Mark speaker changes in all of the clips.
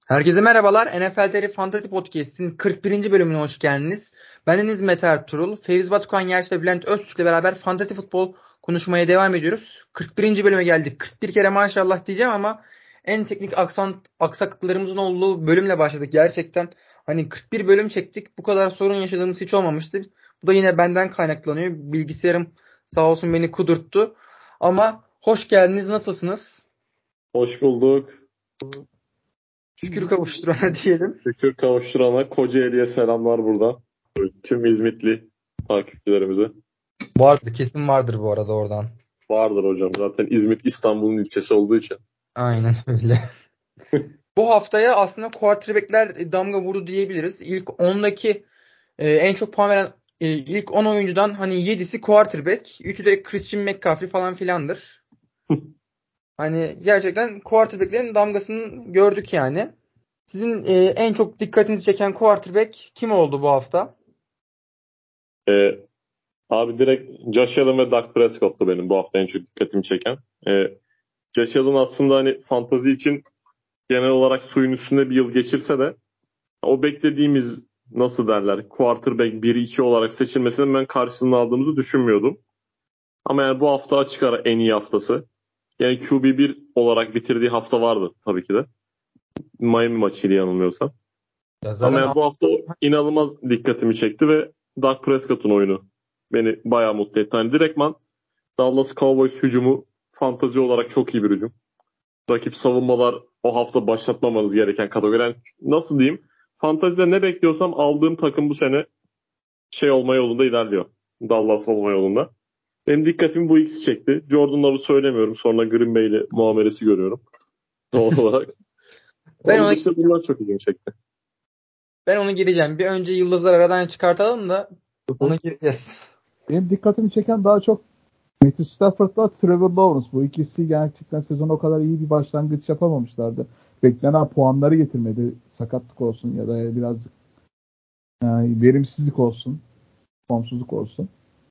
Speaker 1: Herkese merhabalar. NFL TR Fantasy Podcast'in 41. bölümüne hoş geldiniz. Bendeniz Mete Ertuğrul, Fevzi Batukan Yers ve Bülent Öztürk'le beraber Fantasy Futbol konuşmaya devam ediyoruz. 41. bölüme geldik. 41 kere maşallah diyeceğim ama en teknik aksaklıklarımızın olduğu bölümle başladık. Gerçekten hani 41 bölüm çektik. Bu kadar sorun yaşadığımız hiç olmamıştı. Bu da yine benden kaynaklanıyor. Bilgisayarım sağ olsun beni kudurttu. Ama hoş geldiniz. Nasılsınız?
Speaker 2: Hoş bulduk.
Speaker 1: Şükür kavuşturana diyelim.
Speaker 2: Şükür kavuşturana Kocaeli'ye selamlar buradan. Tüm İzmitli takipçilerimize.
Speaker 1: Vardır, kesin vardır bu arada oradan.
Speaker 2: Vardır hocam. Zaten İzmit İstanbul'un ilçesi olduğu için.
Speaker 1: Aynen öyle. Bu haftaya aslında quarterback'ler damga vurdu diyebiliriz. İlk 10'daki en çok puan veren ilk 10 oyuncudan hani 7'si quarterback, 3'ü de Christian McCaffrey falan filandır. Hani gerçekten quarterback'lerin damgasını gördük yani. Sizin en çok dikkatinizi çeken quarterback kim oldu bu hafta?
Speaker 2: Ee, Abi direkt Josh Allen ve Dak Prescott'tu benim bu hafta en çok dikkatimi çeken. Josh Allen aslında hani fantazi için genel olarak suyun üstünde bir yıl geçirse de o beklediğimiz nasıl derler quarterback 1-2 olarak seçilmesinin ben karşılığını aldığımızı düşünmüyordum. Ama yani bu hafta açık ara en iyi haftası. Yani QB1 olarak bitirdiği hafta vardı tabii ki de. Miami maçıydı yanılmıyorsam.
Speaker 1: Ya
Speaker 2: Ama
Speaker 1: zaten
Speaker 2: yani bu hafta inanılmaz dikkatimi çekti ve Dak Prescott'un oyunu beni bayağı mutlu etti. Hani direktman Dallas Cowboys hücumu fantazi olarak çok iyi bir hücum. Rakip savunmalar o hafta başlatmamanız gereken kategori. Yani nasıl diyeyim? Fantazide ne bekliyorsam aldığım takım bu sene şey olma yolunda ilerliyor. Dallas olma yolunda. Benim dikkatimi bu ikisi çekti. Jordan Love'ı söylemiyorum. Sonra Green Bay ile muamelesi görüyorum. Doğal olarak.
Speaker 1: ben
Speaker 2: Onun
Speaker 1: ona
Speaker 2: dışında bunlar çok ilgimi çekti.
Speaker 1: ben onu gireceğim. Bir önce yıldızlar aradan çıkartalım da ona gireceğiz.
Speaker 3: Benim dikkatimi çeken daha çok Matthew Stafford'la Trevor Lawrence. Bu ikisi gerçekten sezon o kadar iyi bir başlangıç yapamamışlardı. Beklenen puanları getirmedi. Sakatlık olsun ya da biraz verimsizlik olsun, formsuzluk olsun.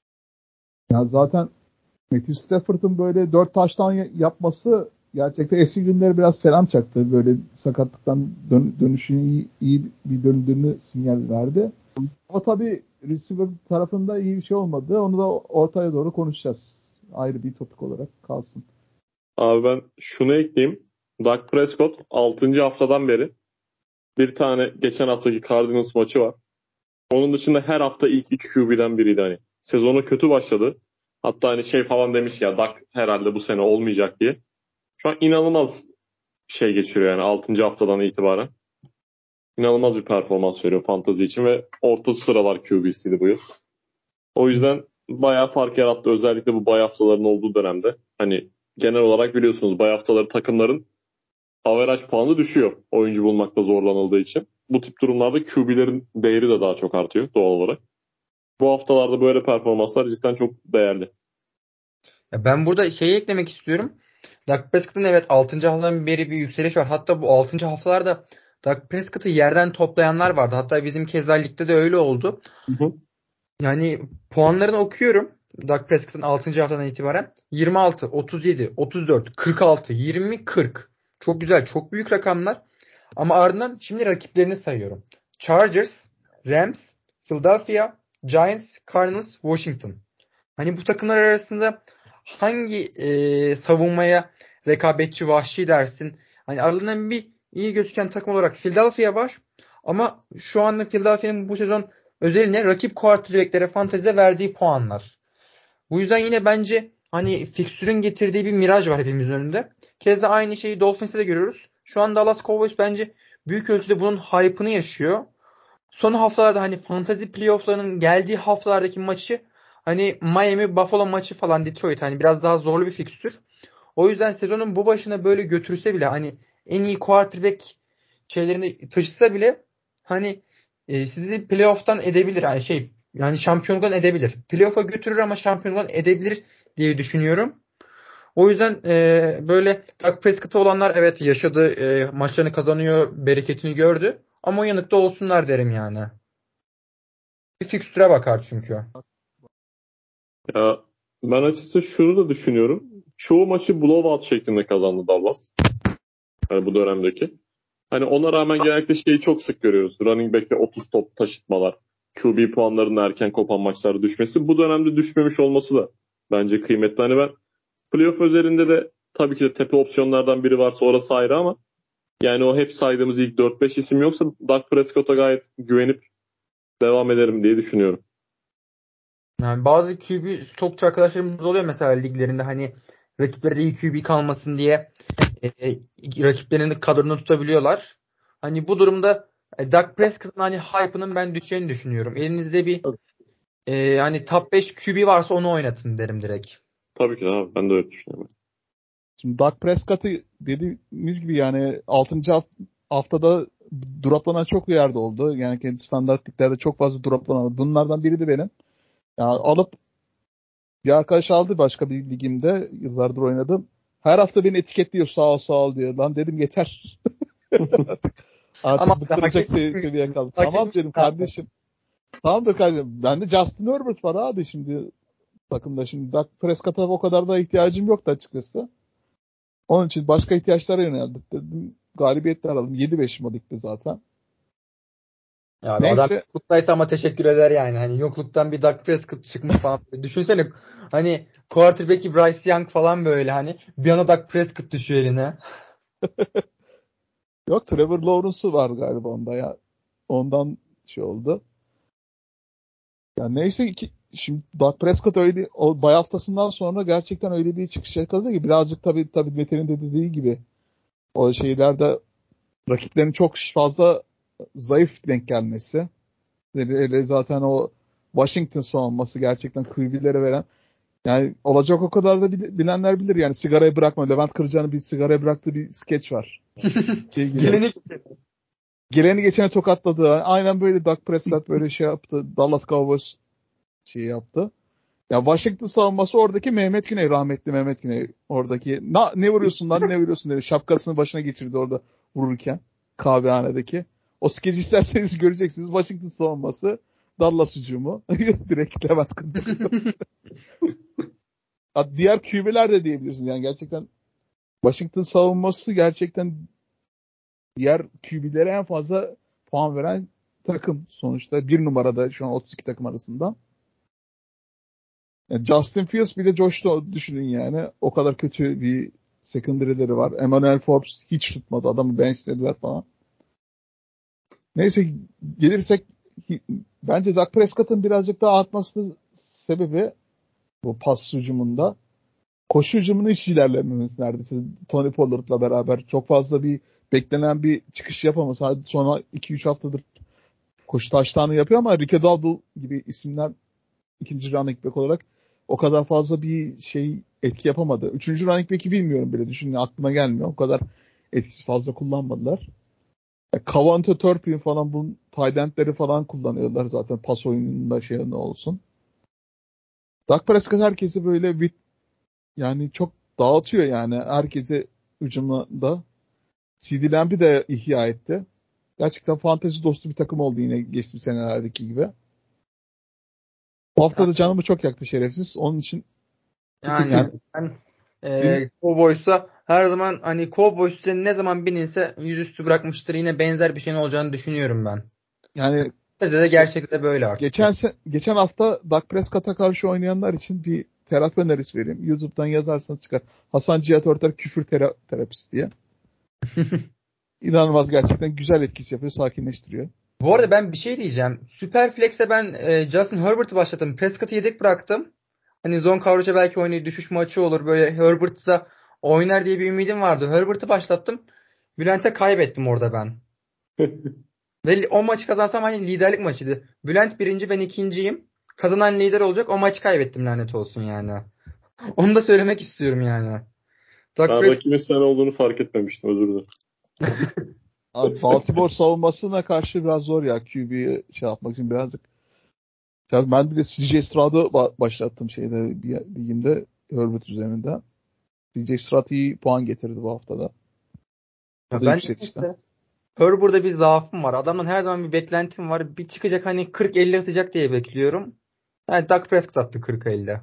Speaker 3: Ya zaten Matthew Stafford'ın böyle 4 taştan yapması gerçekten eski günleri biraz selam çaktı. Böyle sakatlıktan dönüşün iyi bir döndüğünü sinyal verdi. Ama tabii receiver tarafında iyi bir şey olmadı. Onu da ortaya doğru konuşacağız. Ayrı bir topik olarak kalsın.
Speaker 2: Abi ben şunu ekleyeyim. Dak Prescott 6. haftadan beri bir tane geçen haftaki Cardinals maçı var. Onun dışında her hafta ilk 3 QB'den biriydi hani. Sezonu kötü başladı. Hatta hani şey falan demiş ya Dak herhalde bu sene olmayacak diye. Şu an inanılmaz şey geçiriyor yani 6. haftadan itibaren. İnanılmaz bir performans veriyor fantazi için ve orta sıralar QB'siydi bu yıl. O yüzden bayağı fark yarattı. Özellikle bu bay haftaların olduğu dönemde. Hani genel olarak biliyorsunuz bay haftaları takımların averaj puanı düşüyor oyuncu bulmakta zorlanıldığı için. Bu tip durumlarda QB'lerin değeri de daha çok artıyor doğal olarak. Bu haftalarda böyle performanslar cidden çok değerli.
Speaker 1: Ya ben burada şeyi eklemek istiyorum. Dak Prescott'ın evet 6. haftadan beri bir yükseliş var. Hatta bu 6. haftalarda Dak Prescott'ı yerden toplayanlar vardı. Hatta bizim keza ligde de öyle oldu.
Speaker 2: Hı hı.
Speaker 1: Yani puanlarını okuyorum. Dak Prescott'ın 6. haftadan itibaren 26, 37, 34, 46, 20, 40. Çok güzel, çok büyük rakamlar. Ama ardından şimdi rakiplerini sayıyorum. Chargers, Rams, Philadelphia, Giants, Cardinals, Washington. Hani bu takımlar arasında hangi savunmaya rekabetçi, vahşi dersin? Hani aralarından bir iyi gözüken takım olarak Philadelphia var. Ama şu anda Philadelphia'nın bu sezon özeline rakip quarterback'lere fantezide verdiği puanlar. Bu yüzden yine bence hani fikstürün getirdiği bir miraj var hepimizin önünde. Keza aynı şeyi Dolphins'te de görüyoruz. Şu an Dallas Cowboys bence büyük ölçüde bunun hype'ını yaşıyor. Son haftalarda hani fantasy playoff'larının geldiği haftalardaki maçı hani Miami Buffalo maçı falan Detroit hani biraz daha zorlu bir fikstür. O yüzden sezonun bu başına böyle götürse bile hani en iyi quarterback şeylerini taşısa bile hani sizi playoff'tan edebilir. Yani yani şampiyonluktan edebilir. Playoff'a götürür ama şampiyonluktan edebilir diye düşünüyorum. O yüzden böyle Dak Prescott'ı olanlar evet yaşadı, maçlarını kazanıyor, bereketini gördü. Ama uyanıkta olsunlar derim yani. Bir fikstüre bakar çünkü.
Speaker 2: Ya ben açıkçası şunu da düşünüyorum. Çoğu maçı blowout şeklinde kazandı Dallas. Yani bu dönemdeki. Hani ona rağmen genellikle şeyi çok sık görüyoruz. Running back'e 30 top taşıtmalar. QB puanlarının erken kopan maçlarda düşmesi. Bu dönemde düşmemiş olması da bence kıymetli. Hani ben playoff özelinde de tabii ki de tepe opsiyonlardan biri varsa orası ayrı ama yani o hep saydığımız ilk 4-5 isim yoksa Dak Prescott'a gayet güvenip devam ederim diye düşünüyorum.
Speaker 1: Yani bazı QB stokçu arkadaşlarımız oluyor mesela liglerinde, hani rakiplere de iyi QB kalmasın diye rakiplerinin kadronu tutabiliyorlar. Hani bu durumda Dak Prescott'ın hani hype'ının ben düşeceğini düşünüyorum. Elinizde bir hani top 5 QB varsa onu oynatın derim direkt.
Speaker 2: Tabii ki de abi, ben de öyle düşünüyorum.
Speaker 3: Şimdi Dak Prescott'ı dediğimiz gibi yani 6. haftada droplanan çok yerde oldu. Yani kendi standart liglerde çok fazla droplanan. Bunlardan biri de benim. Yani alıp bir arkadaş aldı başka bir ligimde. Yıllardır oynadım. Her hafta beni etiketliyor, sağ ol sağ ol diyor. Lan dedim yeter.
Speaker 1: Ama
Speaker 3: Artık
Speaker 1: hak
Speaker 3: bıktıracak
Speaker 1: etmişsin.
Speaker 3: seviyeye kaldım.
Speaker 1: Hak
Speaker 3: Tamam
Speaker 1: etmişsin
Speaker 3: dedim
Speaker 1: abi.
Speaker 3: kardeşim. Tamamdır kardeşim. Bende Justin Herbert var abi şimdi takımda. Şimdi Dak Prescott'a o kadar da ihtiyacım yoktu açıkçası. Onun için başka ihtiyaçlara yöneldik dedim. Galibiyetler aldım. 7-5'im o ligde zaten.
Speaker 1: Ya abi adam
Speaker 3: Neyse.
Speaker 1: yoklukdaysa ama teşekkür eder yani. Hani yokluktan bir Dak Prescott çıkmış falan. Düşünsene hani quarterback'i Bryce Young falan, böyle hani bir anda Dak Prescott düşüyor eline.
Speaker 3: Yok, Trevor Lawrence'ı var galiba onda ya. Ondan şey oldu. Ya neyse ki şimdi Dak Prescott öyle o bay haftasından sonra gerçekten öyle bir çıkış yakaladı ki birazcık tabii Mete'nin de dediği gibi o şeylerde rakiplerin çok fazla zayıf denk gelmesi. Öyle zaten o Washington savunması gerçekten QB'lere veren, yani olacak o kadar da bilenler bilir yani sigarayı bırakma. Levent Kırca'nın bir sigarayı bıraktığı bir skeç var. İlgili.
Speaker 1: Geleni geçeni.
Speaker 3: Geleni geçene tokatladı. Aynen böyle Dak Prescott böyle şey yaptı. Dallas Cowboys şey yaptı. Ya Washington savunması oradaki Mehmet Güney, rahmetli Mehmet Güney oradaki ne vuruyorsun lan ne vuruyorsun dedi. Şapkasını başına geçirdi orada vururken kahvehanedeki. O skeci isterseniz göreceksiniz. Washington savunması, Dallas hücumu. Direkt Levent Kırcı. Diğer QB'ler de diyebilirsin. Yani gerçekten Washington savunması gerçekten diğer QB'lere en fazla puan veren takım. Sonuçta bir numarada şu an 32 takım arasında. Yani Justin Fields bir de coştu düşünün yani. O kadar kötü bir secondary'leri var. Emmanuel Forbes hiç tutmadı. Adamı benchlediler falan. Neyse gelirsek bence Dak Prescott'ın birazcık daha artmasının sebebi bu pas hücumunda. Koşu hücumunun hiç ilerlememesi neredeyse. Tony Pollard'la beraber çok fazla bir beklenen bir çıkış yapamaz. Sadece sonra 2-3 haftadır koşu taşlarını yapıyor ama Ricky Dowdle gibi isimler ikinci running back olarak o kadar fazla bir şey etki yapamadı. Üçüncü running back'i bilmiyorum bile. Düşünün, aklıma gelmiyor. O kadar etkisi fazla kullanmadılar. Cavante Turpin falan bu tight end'leri falan kullanıyorlar zaten pas oyununda şey ne olsun. Dak Prescott herkesi böyle yani çok dağıtıyor yani. Herkesi hücumda. CeeDee Lamb'i de ihya etti. Gerçekten fantezi dostu bir takım oldu yine geçtiğimiz senelerdeki gibi. Bu hafta da canımı çok yaktı şerefsiz. Onun için
Speaker 1: Yani
Speaker 3: yani
Speaker 1: ben
Speaker 3: senin,
Speaker 1: Cowboys'a her zaman, hani Cowboys ne zaman binilse yüzüstü bırakmıştır. Yine benzer bir şeyin olacağını düşünüyorum ben.
Speaker 3: yani
Speaker 1: Bizde de gerçekten de böyle artık ya.
Speaker 3: geçen hafta Dak Prescott'a karşı oynayanlar için bir terapi önerisi vereyim. YouTube'dan yazarsanız çıkar. Hasan Cihat Örter küfür terapisi diye. İnanılmaz, gerçekten güzel etkisi yapıyor, sakinleştiriyor.
Speaker 1: Bu arada ben bir şey diyeceğim. Superflex'e ben Justin Herbert'ı başlattım. Prescott'ı yedek bıraktım. Hani zone coverage'a belki oynayıp düşüş maçı olur. Böyle Herbert'sa oynar diye bir ümidim vardı. Herbert'ı başlattım. Bülent'e kaybettim orada ben. Ve o maçı kazansam hani liderlik maçıydı. Bülent birinci, ben ikinciyim. Kazanan lider olacak. O maçı kaybettim, lanet olsun yani. Onu da söylemek istiyorum yani. Dak
Speaker 2: Ben
Speaker 1: Prescott
Speaker 2: rakibin sen olduğunu fark etmemiştim, özür dilerim.
Speaker 3: Abi Baltimore savunmasına karşı biraz zor ya QB'yi şey yapmak için birazcık. Ya ben bir de CJ Stroud'u başlattım şeyde bir ligimde Herbert üzerinde. CJ Stroud iyi puan getirdi bu haftada. O
Speaker 1: ya
Speaker 3: da
Speaker 1: ben
Speaker 3: yükselişte.
Speaker 1: neyse, Herbert'da bir zaafım var. Adamdan her zaman bir beklentim var. Bir çıkacak hani 40-50 atacak diye bekliyorum. Yani Dak Prescott attı 40-50.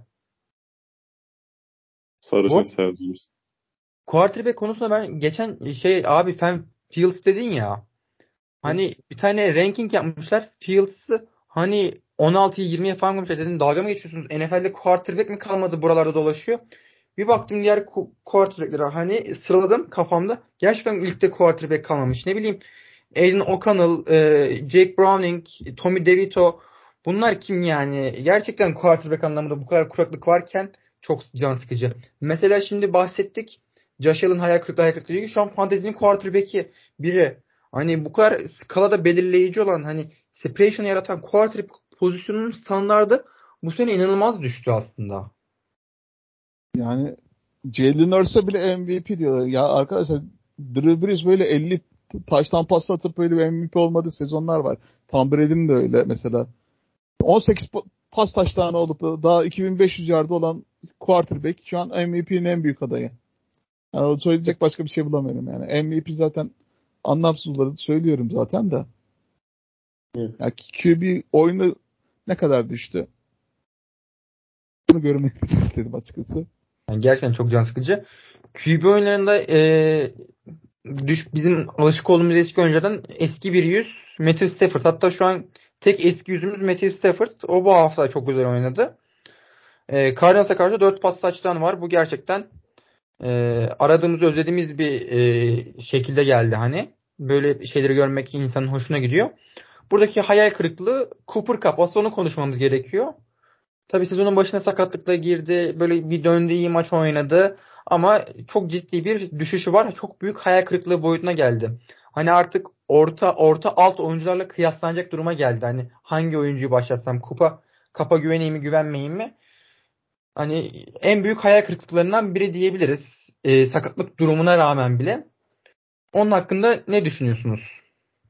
Speaker 2: Sarışın
Speaker 1: Bu
Speaker 2: sevdiğimiz.
Speaker 1: quarterback konusunda ben geçen abi Fields dedin ya. Hani bir tane ranking yapmışlar. Fields'ı hani 16'yı 20'ye falan koymuşlar. Dedim dalga mı geçiyorsunuz? NFL'de quarterback mi kalmadı, buralarda dolaşıyor. Bir baktım diğer quarterback'lere, hani sıraladım kafamda. Gerçekten ligde quarterback kalmamış. Ne bileyim, Aiden O'Connell, Jake Browning, Tommy DeVito, bunlar kim yani? Gerçekten quarterback anlamında bu kadar kuraklık varken çok can sıkıcı. Mesela şimdi bahsettik. Josh Allen hayal kırıklığı diyor ki şu an fantezinin quarterback'i biri. Hani bu kadar skalada belirleyici olan, hani separation yaratan quarterback pozisyonunun standardı bu sene inanılmaz düştü aslında.
Speaker 3: Yani Jalen Hurts'a bile MVP diyorlar. Ya arkadaşlar, Drew Brees böyle 50 taştan pas atıp böyle bir MVP olmadığı sezonlar var. Tom Brady'nin de öyle mesela. 18 pas taştanı olup daha 2500 yardı olan quarterback şu an MVP'nin en büyük adayı. Yani söyleyecek başka bir şey bulamıyorum yani. MVP zaten anlamsız olarak söylüyorum zaten de.
Speaker 2: Evet.
Speaker 3: Ya QB oyunu ne kadar düştü? Bunu görmeyi istedim açıkçası.
Speaker 1: Yani gerçekten çok can sıkıcı. QB oyunlarında bizim alışık olduğumuz eski oyunculardan eski bir yüz Matthew Stafford. Hatta şu an tek eski yüzümüz Matthew Stafford. O bu hafta çok güzel oynadı. Cardinals'a karşı 4 pas touchdown var. Bu gerçekten aradığımız, özlediğimiz bir şekilde geldi hani. Böyle şeyleri görmek insanın hoşuna gidiyor. Buradaki hayal kırıklığı Cooper Kupp. Aslında onu konuşmamız gerekiyor. Tabii sezonun başına sakatlıkla girdi. Böyle bir döndü, iyi maç oynadı. Ama çok ciddi bir düşüşü var. Çok büyük hayal kırıklığı boyutuna geldi. Hani artık orta alt oyuncularla kıyaslanacak duruma geldi. Hani hangi oyuncuyu başlatsam, Kupp'a güveneyim mi güvenmeyeyim mi? Hani en büyük hayal kırıklıklarından biri diyebiliriz. Sakatlık durumuna rağmen bile. Onun hakkında ne düşünüyorsunuz?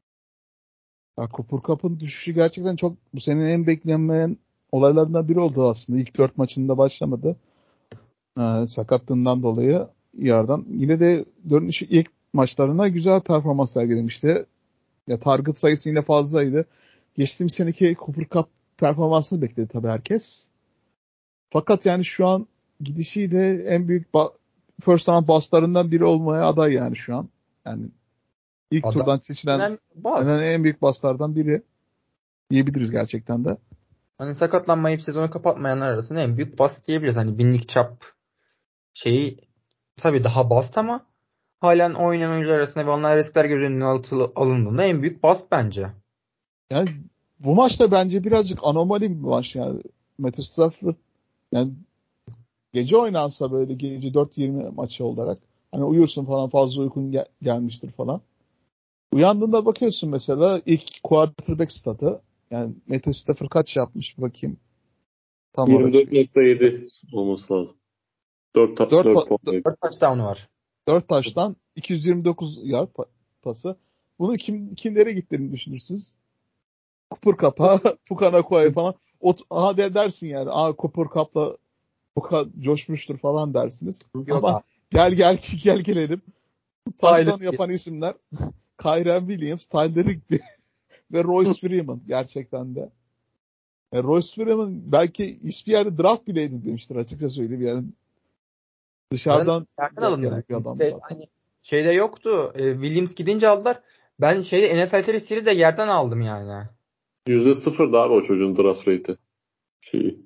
Speaker 3: Ya Cooper Kupp'ın düşüşü gerçekten çok bu senenin en beklenmeyen olaylarından biri oldu aslında. İlk 4 maçında başlamadı. Sakatlığından dolayı yardan. Yine de dönüş ilk maçlarına güzel performans sergilemişti. Ya target sayısı yine fazlaydı. Geçtiğimiz seneki Cooper Kupp performansını bekledi tabii herkes. Fakat yani şu an gidişiyle en büyük first round bustlarından biri olmaya aday yani şu an. Yani ilk
Speaker 1: Adam
Speaker 3: turdan seçilen
Speaker 1: baz.
Speaker 3: en büyük bustlardan biri diyebiliriz gerçekten de.
Speaker 1: Hani sakatlanmayıp sezonu kapatmayanlar arasında en büyük bast diyebiliriz. Hani binlik çap şeyi tabii daha bast ama halen oynayan oyuncular arasında ve onlar riskler göz önüne alındığında en büyük bast bence.
Speaker 3: Yani bu maçta bence birazcık anomali bir maç yani. Matthew Stafford yani gece oynansa böyle gece 4:20 maçı olarak hani uyursun falan, fazla uykun gelmiştir falan. Uyandığında bakıyorsun mesela ilk quarterback statı. Yani Matthew Stafford kaç yapmış bir bakayım. Tam olarak.
Speaker 2: 24.7 olması lazım. 4,
Speaker 3: 4,
Speaker 2: 4 puan.
Speaker 1: 4 touchdown'u var.
Speaker 3: 4 taştan 229 yard pası. Bunu kimlere gittiğini düşünürsünüz? Cooper Kupp'a, Puka falan. Aha dersin yani. Cooper Kupp'la Puka coşmuştur falan dersiniz.
Speaker 1: Yok
Speaker 3: Ama
Speaker 1: abi.
Speaker 3: gel gelelim.
Speaker 1: Tyler
Speaker 3: Touchdown yapan isimler Kyren Williams, Tyler Higbee ve Royce Freeman gerçekten de. Royce Freeman belki hiçbir yerde draft bile edilmemiştir açıkça söyleyeyim. Yani
Speaker 1: zaten
Speaker 3: dışarıdan
Speaker 1: erken alındı.
Speaker 3: gelmiş bir adam zaten.
Speaker 1: Hani şeyde yoktu. Williams gidince aldılar. Ben NFL Series'de yerden aldım yani.
Speaker 2: %0 da abi o çocuğun draft rate'i. Şeyi.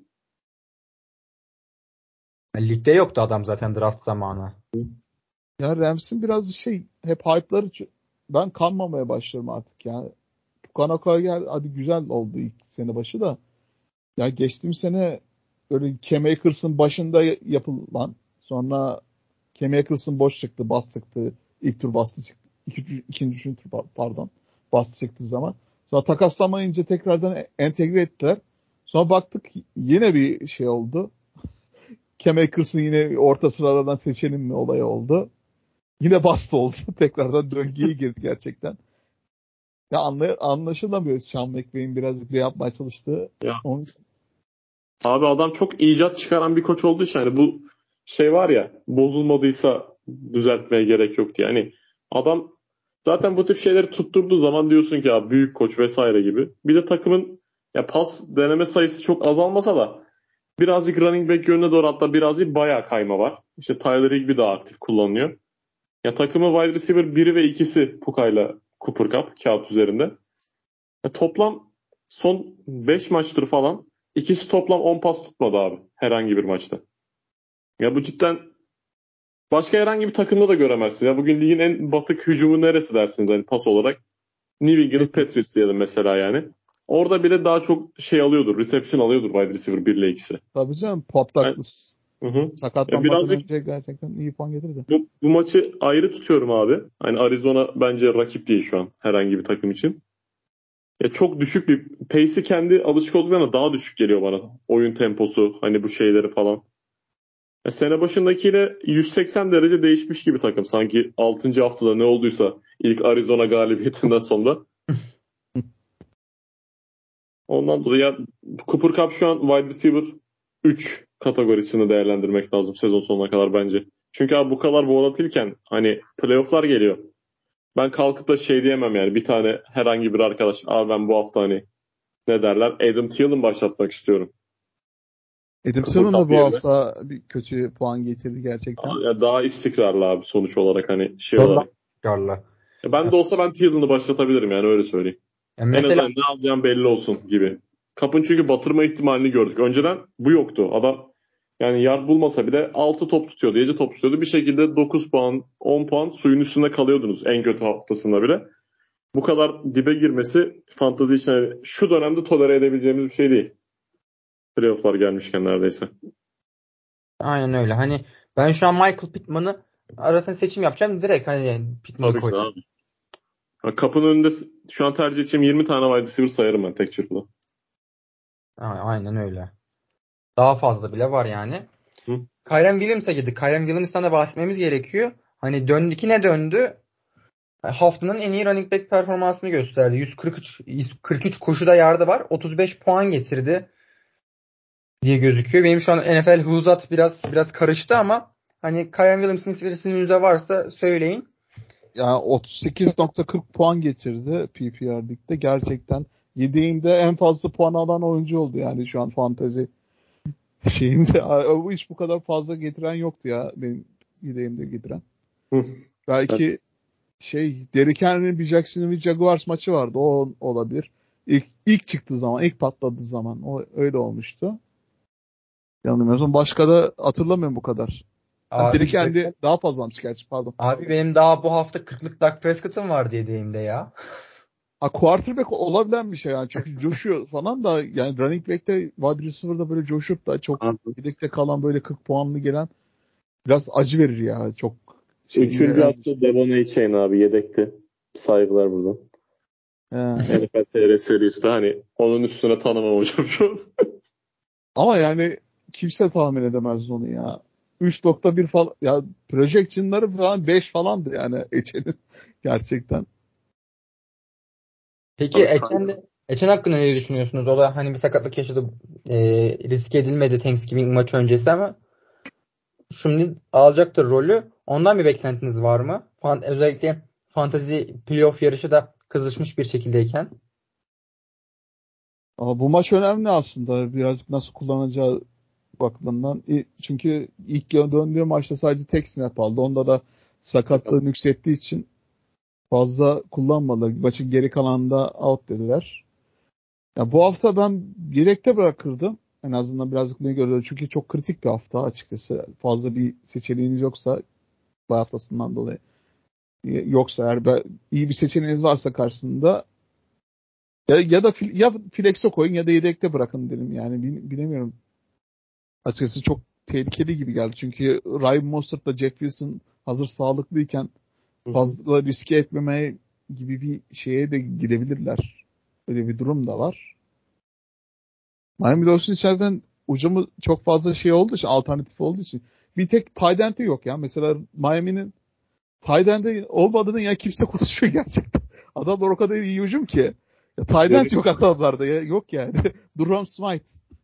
Speaker 1: Ligde yoktu adam zaten draft zamanı.
Speaker 3: Ya Rams'in biraz hep hype'ları ben kanmamaya başlıyorum artık ya. Puka gel hadi güzel oldu ilk sene başı da. Ya geçtiğim sene böyle Cam Akers'ın başında yapılan, sonra Cam Akers'ın boş çıktı, bas çıktı. İlk tur bastı çıktı. İkinci, üçüncü tur pardon. Bastı çıktığı zaman. Sonra takaslamayınca tekrardan entegre ettiler. Sonra baktık yine bir şey oldu. Cam Akers'ın yine orta sıralardan seçelim mi olayı oldu. Yine bastı oldu. Tekrardan döngüye girdi gerçekten. Ya anlaşılamıyor Sean McVay'in birazcık ne yapmaya çalıştığı.
Speaker 2: Ya
Speaker 3: Onun
Speaker 2: abi adam çok icat çıkaran bir koç olduğu için hani bu şey var ya, bozulmadıysa düzeltmeye gerek yok diye. Yani adam zaten bu tip şeyleri tutturduğu zaman diyorsun ki ya büyük koç vesaire gibi. Bir de takımın ya pas deneme sayısı çok azalmasa da birazcık running back yönüne doğru, hatta birazcık bayağı kayma var. İşte Tyler Higbee daha aktif kullanılıyor. Ya takımın wide receiver 1'i ve 2'si Puka'yla Cooper Kupp kağıt üzerinde. Toplam son 5 maçtır falan ikisi toplam 10 pas tutmadı abi herhangi bir maçta. Ya bu cidden başka herhangi bir takımda da göremezsiniz. Ya bugün ligin en batık hücumu neresi dersiniz hani pas olarak? New England Patriots diyelim mesela yani. Orada bile daha çok şey alıyordur. Reception alıyordur wide receiver 1 ile 2'si.
Speaker 3: Tabii canım, Pop Douglas.
Speaker 2: Hı.
Speaker 3: Sakatlanmadan
Speaker 2: Birazcık
Speaker 3: önce gerçekten iyi puan getirdi.
Speaker 2: bu maçı ayrı tutuyorum abi. Hani Arizona bence rakip değil şu an herhangi bir takım için. Ya çok düşük bir pace'i kendi alışık olduklarına daha düşük geliyor bana. Oyun temposu hani bu şeyleri falan. Sene başındakiyle 180 derece değişmiş gibi takım. Sanki 6. haftada ne olduysa ilk Arizona galibiyetinden sonra. Ondan dolayı ya, Cooper Kupp şu an wide receiver 3 kategorisini değerlendirmek lazım sezon sonuna kadar bence. Çünkü abi bu kadar volatilken hani playoff'lar geliyor. Ben kalkıp da şey diyemem yani bir tane herhangi bir arkadaş abi ben bu hafta hani ne derler Adam Thielen başlatmak istiyorum.
Speaker 3: Adam
Speaker 2: Cooper
Speaker 3: Thielen de
Speaker 2: Kupp
Speaker 3: bu
Speaker 2: yerine.
Speaker 3: hafta bir kötü puan getirdi gerçekten.
Speaker 2: Ya daha istikrarlı abi sonuç olarak hani şey
Speaker 1: Ondan
Speaker 2: olarak.
Speaker 1: çıkarlar.
Speaker 2: Ben de olsa ben Thielen'ı başlatabilirim yani öyle söyleyeyim.
Speaker 1: Yani
Speaker 2: En
Speaker 1: mesela
Speaker 2: azından ne alacağım belli olsun gibi. Kapın çünkü batırma ihtimalini gördük. Önceden bu yoktu. Adam yani yard bulmasa bile 6 top tutuyordu, 7 top tutuyordu. Bir şekilde 9 puan, 10 puan suyun üstünde kalıyordunuz en kötü haftasında bile. Bu kadar dibe girmesi fantezi için yani şu dönemde tolere edebileceğimiz bir şey değil. Playoff'lar gelmişken neredeyse.
Speaker 1: aynen öyle. Hani ben şu an Michael Pittman'ı arasında seçim yapacağım. Direkt hani Pittman'ı
Speaker 2: Tabii ki de
Speaker 1: koyacağım.
Speaker 2: abi. Kapının önünde şu an tercih edeceğim 20 tane wide receiver sayarım ben tek çırpıda.
Speaker 1: Aynen öyle. Daha fazla bile var yani.
Speaker 2: Hı?
Speaker 1: Kyren Williams'a girdik. Kyren Williams'tan da bahsetmemiz gerekiyor. Hani döndü ki ne döndü? Haftanın en iyi running back performansını gösterdi. 143 koşuda yardı var. 35 puan getirdi diye gözüküyor. Benim şu an NFL huzat biraz karıştı ama hani Kyren Williams'ın isimlerinize varsa söyleyin.
Speaker 3: Yani 38.40 puan getirdi PPR Lig'de. Gerçekten yedeğinde en fazla puan alan oyuncu oldu yani şu an fantezi şeyinde. Bu hiç bu kadar fazla getiren yoktu ya benim yedeğimde getiren.
Speaker 2: Hı.
Speaker 3: Belki Derrick Henry'nin bir Jacksonville Jaguars maçı vardı. O olabilir. İlk çıktığı zaman, ilk patladığı zaman o öyle olmuştu. Yanılmıyorsam başka da hatırlamıyorum bu kadar. Derrick
Speaker 1: Abi,
Speaker 3: Henry daha fazla almış gerçi, pardon.
Speaker 1: abi benim daha bu hafta 40'lık Dak Prescott'ım var dediğimde ya.
Speaker 3: Quarterback olabilen bir şey yani. Çünkü coşuyor falan da yani running back'te wide receiver'da böyle coşup da çok yedekte kalan böyle 40 puanlı gelen biraz acı verir ya. Çok
Speaker 2: Üçüncü
Speaker 3: veren bir
Speaker 2: hafta
Speaker 3: şey.
Speaker 2: Devon A-Chain abi yedekti. Saygılar buradan.
Speaker 3: He.
Speaker 2: NFL TR serisi hani onun üstüne tanımam hocam şu an.
Speaker 3: Ama yani kimse tahmin edemez onu ya. 3.1 falan ya, projection'ları falan 5 falandı yani Ece'nin gerçekten.
Speaker 1: Peki
Speaker 2: Abi,
Speaker 1: Etienne hakkında ne düşünüyorsunuz? O da hani bir sakatlık yaşadı. Riske edilmedi Thanksgiving maçı öncesi ama şimdi alacaktır rolü. Ondan bir beklentiniz var mı? Özellikle fantasy playoff yarışı da kızışmış bir şekildeyken.
Speaker 3: Ama bu maç önemli aslında. Birazcık nasıl kullanacağı bakımından. Çünkü ilk döndüğü maçta sadece tek snap aldı. Onda da sakatlığı nüksettiği için fazla kullanmadılar. Maçın geri kalanında out dediler. Ya bu hafta ben yedekte bırakırdım. En azından birazcık ne görüyorum. Çünkü çok kritik bir hafta açıkçası. Fazla bir seçeneğiniz yoksa bu haftasından dolayı. Yoksa eğer iyi bir seçeneğiniz varsa karşısında ya flex'e koyun ya da yedekte bırakın derim. Yani bilemiyorum. Açıkçası çok tehlikeli gibi geldi. Çünkü Ryan Mostert'la Jeff Wilson hazır sağlıklıyken fazla riske etmemeye gibi bir şeye de gidebilirler. Öyle bir durum da var. Miami Dolphins içeriden ucumu çok fazla şey olduğu için, alternatif olduğu için bir tek tight end'i yok ya. Mesela Miami'nin tight end'i olmadığını ya kimse konuşuyor gerçekten. Adamlar o kadar iyi hücum ki. Ya tight end yok adamlarda ya. Yok yani. Durham Smythe.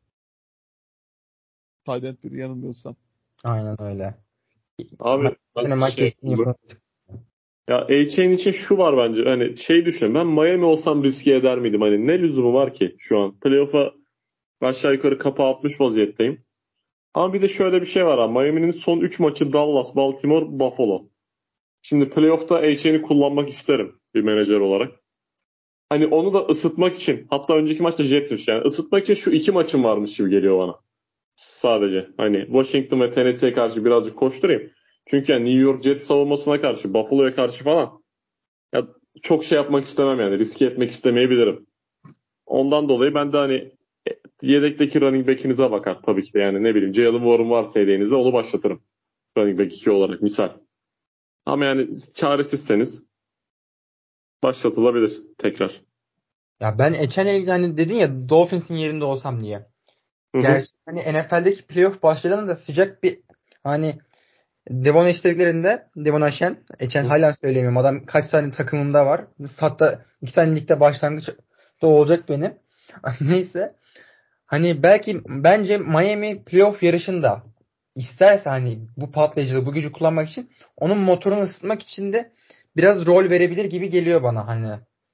Speaker 3: Tight end biri yanılmıyorsam.
Speaker 1: Aynen öyle.
Speaker 2: Abi ben
Speaker 1: Maç yapalım.
Speaker 2: ya A-Chain için şu var bence hani şey düşünüyorum ben Miami olsam riske eder miydim hani ne lüzumu var ki şu an playoff'a aşağı yukarı kapağı atmış vaziyetteyim. Ama bir de şöyle bir şey var abi Miami'nin son 3 maçı Dallas, Baltimore, Buffalo. Şimdi playoff'ta A-Chain'i kullanmak isterim bir menajer olarak. Hani onu da ısıtmak için, hatta önceki maçta Jets'miş yani ısıtmak için şu iki maçım varmış gibi geliyor bana. Sadece hani Washington ve Tennessee'ye karşı birazcık koşturayım. Çünkü yani New York Jets savunmasına karşı, Buffalo'ya karşı falan ya çok şey yapmak istemem yani. Riske etmek istemeyebilirim. Ondan dolayı ben de hani yedekteki running back'inize bakar tabii ki de. Yani ne bileyim Jalen Warren varsa yedeğinizde onu başlatırım. Running back 2 olarak misal. Ama yani çaresizseniz başlatılabilir tekrar.
Speaker 1: Ya ben Etienne'le hani dedin ya Dolphins'in yerinde olsam diye.
Speaker 2: Hı hı.
Speaker 1: Gerçi hani NFL'deki playoff başlayalım da sıcak bir hani Devon eşliklerinde Devon Aşen. Etienne
Speaker 2: Hı.
Speaker 1: hala söyleyemiyorum. Adam kaç tane takımımda var. Hatta 2 tane ligde başlangıçta olacak benim. Neyse. Hani belki bence Miami playoff yarışında isterse hani bu patlayıcılığı, bu gücü kullanmak için onun motorunu ısıtmak için de biraz rol verebilir gibi geliyor bana hani.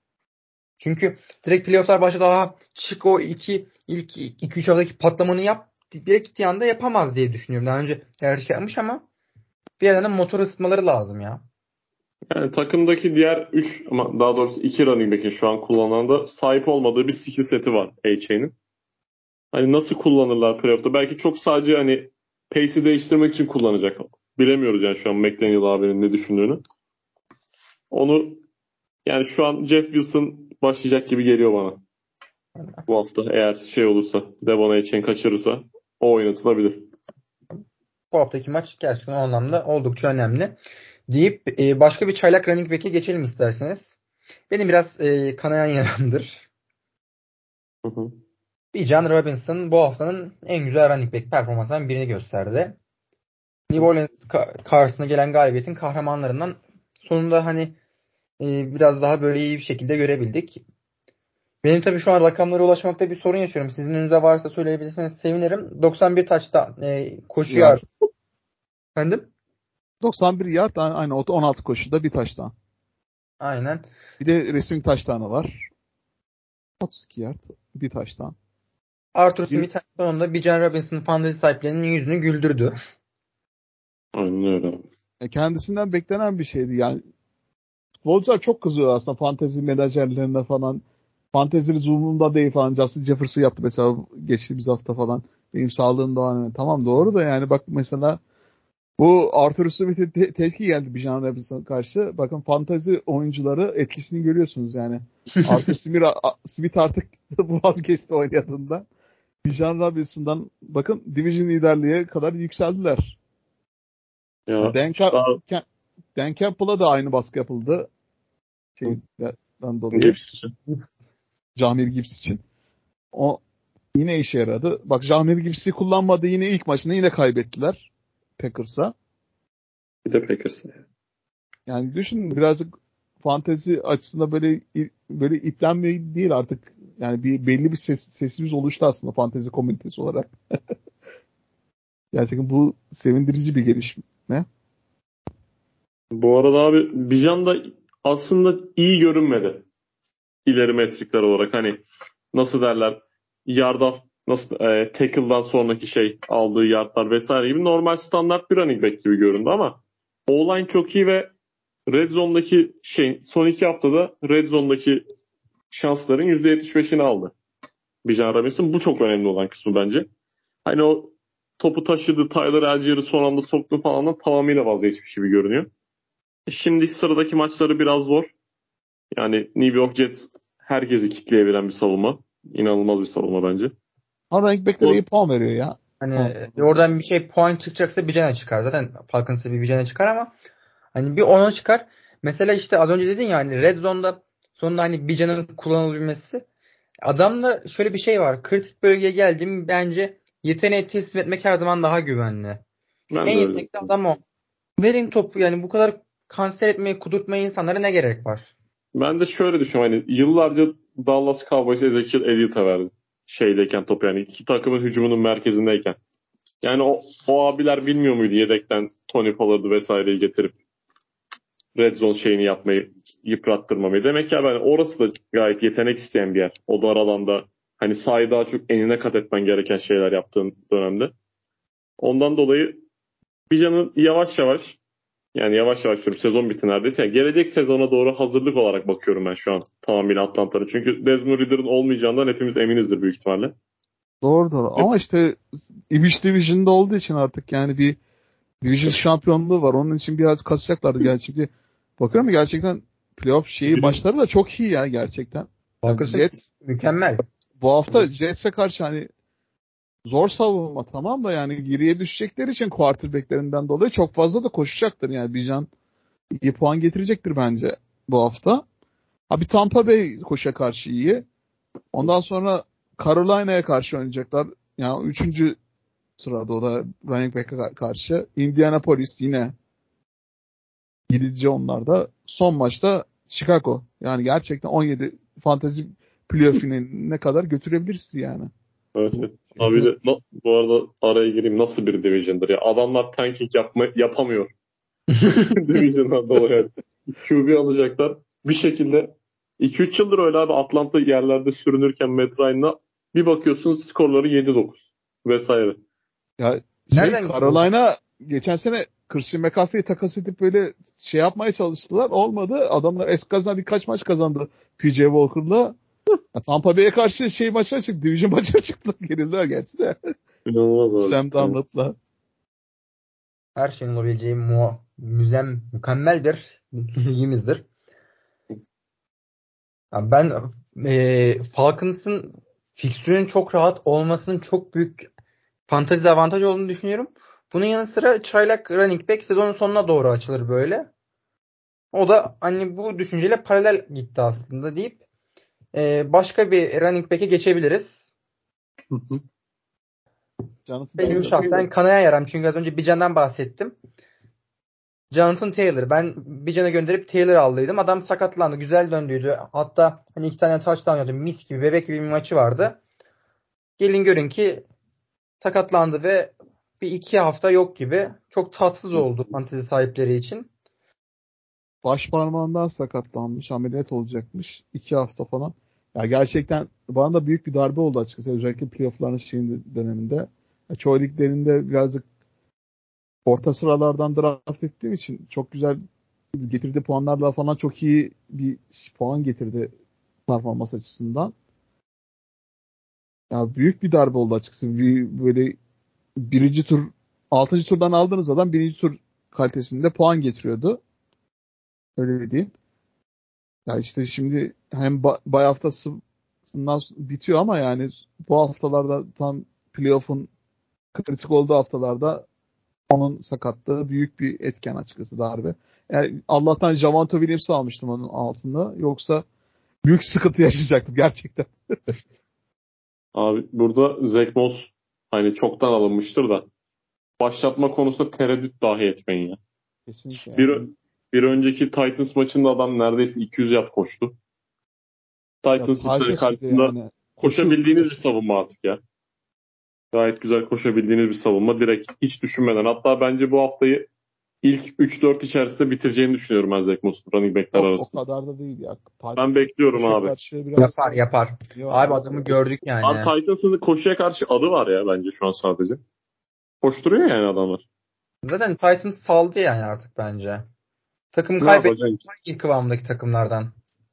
Speaker 1: Çünkü direkt playofflar başladı. Çık o ilk 2-3 haftaki patlamanı yap. Direkt gittiği anda yapamaz diye düşünüyorum. Daha önce her şey yapmış ama bir yerden de motor ısıtmaları lazım ya.
Speaker 2: Yani takımdaki diğer 3 ama daha doğrusu 2 running back'in şu an kullanılan da sahip olmadığı bir skill seti var A-Chain'in. Hani nasıl kullanırlar playoff'ta? Belki çok sadece hani pace'i değiştirmek için kullanacak. Bilemiyoruz yani şu an McDaniel abinin ne düşündüğünü. Onu yani şu an Jeff Wilson başlayacak gibi geliyor bana. Bu hafta eğer şey olursa, Devon A-Chain kaçırırsa o oynatılabilir.
Speaker 1: Bu haftaki maç gerçekten o anlamda oldukça önemli. Deyip başka bir çaylak running back'e geçelim isterseniz. Benim biraz kanayan yaramdır.
Speaker 2: Hı hı.
Speaker 1: Bijan Robinson bu haftanın en güzel running back performanslarından birini gösterdi. New Orleans karşısına gelen galibiyetin kahramanlarından sonunda hani biraz daha böyle iyi bir şekilde görebildik. Benim tabii şu an rakamlara ulaşmakta bir sorun yaşıyorum. Sizin önünüzde varsa söyleyebilirseniz sevinirim. 91 taçta koşu
Speaker 3: Yard.
Speaker 1: yardı. Efendim?
Speaker 3: 91 yard aynı 16 koşuda bir taştan.
Speaker 1: Aynen.
Speaker 3: Bir de racing taştanı var. 32 yard bir taştan.
Speaker 1: Arthur
Speaker 3: Bir,
Speaker 1: Smith sonunda Bijan Robinson fantezi sahiplerinin yüzünü güldürdü.
Speaker 2: Aynen öyle.
Speaker 3: kendisinden beklenen bir şeydi. Yani futbolcular çok kızıyor aslında fantezi menajerlerine falan. Fantezi zoom'unda değil falan. Justin Jefferson yaptı mesela geçtiğimiz hafta falan. Benim sağlığım da var. Tamam doğru da yani bak mesela bu Arthur Smith'e tepki geldi Bijan Robinson'a karşı. Bakın fantezi oyuncuları etkisini görüyorsunuz yani. Arthur Smith artık vazgeçti oynadığında. Bijan Robinson'dan bakın division liderliğe kadar yükseldiler.
Speaker 2: Ya
Speaker 3: Yani
Speaker 2: daha
Speaker 3: Dan Campbell'a da aynı baskı yapıldı. Şeyden dolayı.
Speaker 2: Gibbs için.
Speaker 3: Jahmyr Gibbs için. O yine işe yaradı. Bak Jahmyr Gibbs'i kullanmadı yine ilk maçını yine kaybettiler Packers'a.
Speaker 2: Bir de Packers.
Speaker 3: Yani düşün birazcık fantezi açısından böyle iplenme değil artık. Yani belli bir sesimiz oluştu aslında fantezi komünitesi olarak. Gerçekten bu sevindirici bir gelişme.
Speaker 2: Bu arada abi Bijan da aslında iyi görünmedi. İleri metrikler olarak hani nasıl derler yarda nasıl tackle'dan sonraki şey aldığı yardlar vesaire gibi normal standart bir running back gibi göründü ama O-line çok iyi ve Red Zone'daki şey son 2 haftada Red Zone'daki şansların %75'ini aldı. Bijan Robinson bu çok önemli olan kısmı bence. Hani o topu taşıdı Tyler Allgeier'i son anda soktu falandan tamamıyla vazgeçmiş gibi görünüyor. Şimdi sıradaki maçları biraz zor. Yani New York Jets herkesi kitleyebilen bir savunma. İnanılmaz bir savunma bence.
Speaker 3: Ama running back'lere iyi
Speaker 2: Zor.
Speaker 3: puan veriyor ya.
Speaker 1: Hani oradan bir şey puan çıkacaksa Bijan'a çıkar. Zaten Falcons'a bir Bijan'a çıkar ama hani bir ona çıkar. Mesela işte az önce dedin ya hani Red Zone'da sonunda hani Bijan'ın kullanılabilmesi. Adamda şöyle bir şey var. Kritik bölgeye geldim bence yeteneği teslim etmek her zaman daha güvenli.
Speaker 2: Ben
Speaker 1: En
Speaker 2: de öyle
Speaker 1: yetenekli
Speaker 2: düşünüyorum.
Speaker 1: adam o. Verin topu yani bu kadar kanser etmeye, kudurtmaya insanlara ne gerek var?
Speaker 2: Ben de şöyle düşünüyorum. Hani yıllarca Dallas Cowboys Ezekiel Elliott'a verdi. Şeydeyken top yani iki takımın hücumunun merkezindeyken. Yani o abiler bilmiyor muydu yedekten Tony Pollard'ı vesaireyi getirip Red Zone şeyini yapmayı, yıprattırmamayı. Demek ki ben orası da gayet yetenek isteyen bir yer. O dar alanda hani sahayı daha çok enine kat etmen gereken şeyler yaptığın dönemde. Ondan dolayı Bijan'ın yavaş yavaş Yani yavaş yavaş diyorum, sezon bitti neredeyse. Yani gelecek sezona doğru hazırlık olarak bakıyorum ben şu an tamamıyla Atlanta'da. Çünkü Desmond Ridder'ın olmayacağından hepimiz eminizdir büyük ihtimalle.
Speaker 3: Doğru. Ama işte Image Division'da olduğu için artık yani bir Division şampiyonluğu var. Onun için biraz kasacaklardı gerçekten. Bakıyorum gerçekten playoff maçları da çok iyi ya gerçekten. Yani Jets
Speaker 1: mükemmel.
Speaker 3: Bu hafta Jets'e karşı hani zor savunma tamam da yani geriye düşecekleri için quarterback'lerinden dolayı çok fazla da koşacaktır. Yani Bijan iyi puan getirecektir bence bu hafta. Bir Tampa Bay koşa karşı iyi. Ondan sonra Carolina'ya karşı oynayacaklar. Yani 3. sırada o da running back'e karşı. Indianapolis yine gidici onlar da. Son maçta Chicago. Yani gerçekten 17 fantasy playoff finaline kadar götürebiliriz yani.
Speaker 2: Evet. Abi de, bu arada araya gireyim, nasıl bir division'dır ya. Adamlar tanking yapamıyor. Division'dan dolayı. QB alacaklar. Bir şekilde 2-3 yıldır öyle abi, Atlanta yerlerde sürünürken Matt Ryan'la bir bakıyorsun skorları 7-9 vesaire.
Speaker 3: Ya
Speaker 1: Nereden
Speaker 3: Carolina geçen sene Christian McCaffrey'i takas edip böyle şey yapmaya çalıştılar. Olmadı. Adamlar eskazına birkaç maç kazandı PJ Walker'la. Tampa Bay'e karşı maçına çıktı. Division maçına çıktı. Gerildiler gerçi de.
Speaker 2: İnanılmaz abi.
Speaker 3: Sam Darnold'la.
Speaker 1: Her şeyin olabileceği mükemmeldir. Ligimizdir. Ya ben Falcons'ın fikstürünün çok rahat olmasının çok büyük fantezi avantaj olduğunu düşünüyorum. Bunun yanı sıra çaylak running back sezonun sonuna doğru açılır böyle. O da hani bu düşünceyle paralel gitti aslında deyip başka bir running back'e geçebiliriz. Benim şahsen kanaya yaram. Çünkü az önce Bijan'dan bahsettim. Jonathan Taylor. Ben Bijan'a gönderip Taylor aldıydım. Adam sakatlandı. Güzel döndüydü. Hatta hani 2 tane touchdown yaptı. Mis gibi, bebek gibi bir maçı vardı. Gelin görün ki sakatlandı ve bir 2 hafta yok gibi. Çok tatsız oldu fantezi sahipleri için.
Speaker 3: Baş parmağından sakatlanmış. Ameliyat olacakmış. 2 hafta falan. Ya gerçekten bana da büyük bir darbe oldu açıkçası. Özellikle playoff'ların döneminde. Çoğu liglerinde birazcık orta sıralardan draft ettiğim için çok güzel getirdiği puanlarla falan çok iyi bir puan getirdi performans açısından. Ya büyük bir darbe oldu açıkçası. Böyle birinci tur, 6. turdan aldığınız adam birinci tur kalitesinde puan getiriyordu. Öyle diyeyim. Ya işte şimdi hem bay haftasından bitiyor ama yani bu haftalarda tam playoff'un kritik olduğu haftalarda onun sakatlığı büyük bir etken açıkçası, darbe. Yani Allah'tan Javonte Williams'ı almıştım onun altında. Yoksa büyük sıkıntı yaşayacaktım gerçekten.
Speaker 2: Abi burada Zach Moss hani çoktan alınmıştır da başlatma konusunda tereddüt dahi etmeyin ya.
Speaker 3: Kesinlikle.
Speaker 2: Bir önceki Titans maçında adam neredeyse 200 yard koştu. Titans karşısında yani, koşabildiğiniz bir savunma artık ya. Gayet güzel koşabildiğiniz bir savunma. Direkt hiç düşünmeden. Hatta bence bu haftayı ilk 3-4 içerisinde bitireceğini düşünüyorum ben Zach Moss'un running back'ler arasında.
Speaker 3: O kadar da değil ya.
Speaker 2: Ben bekliyorum abi.
Speaker 1: Yapar. Abi adamı gördük yani.
Speaker 2: Abi Titans'ın koşuya karşı adı var ya bence şu an sadece. Koşturuyor yani adamlar.
Speaker 1: Zaten Titans saldı yani artık bence. Takım kaybettiği ilk kıvamdaki takımlardan.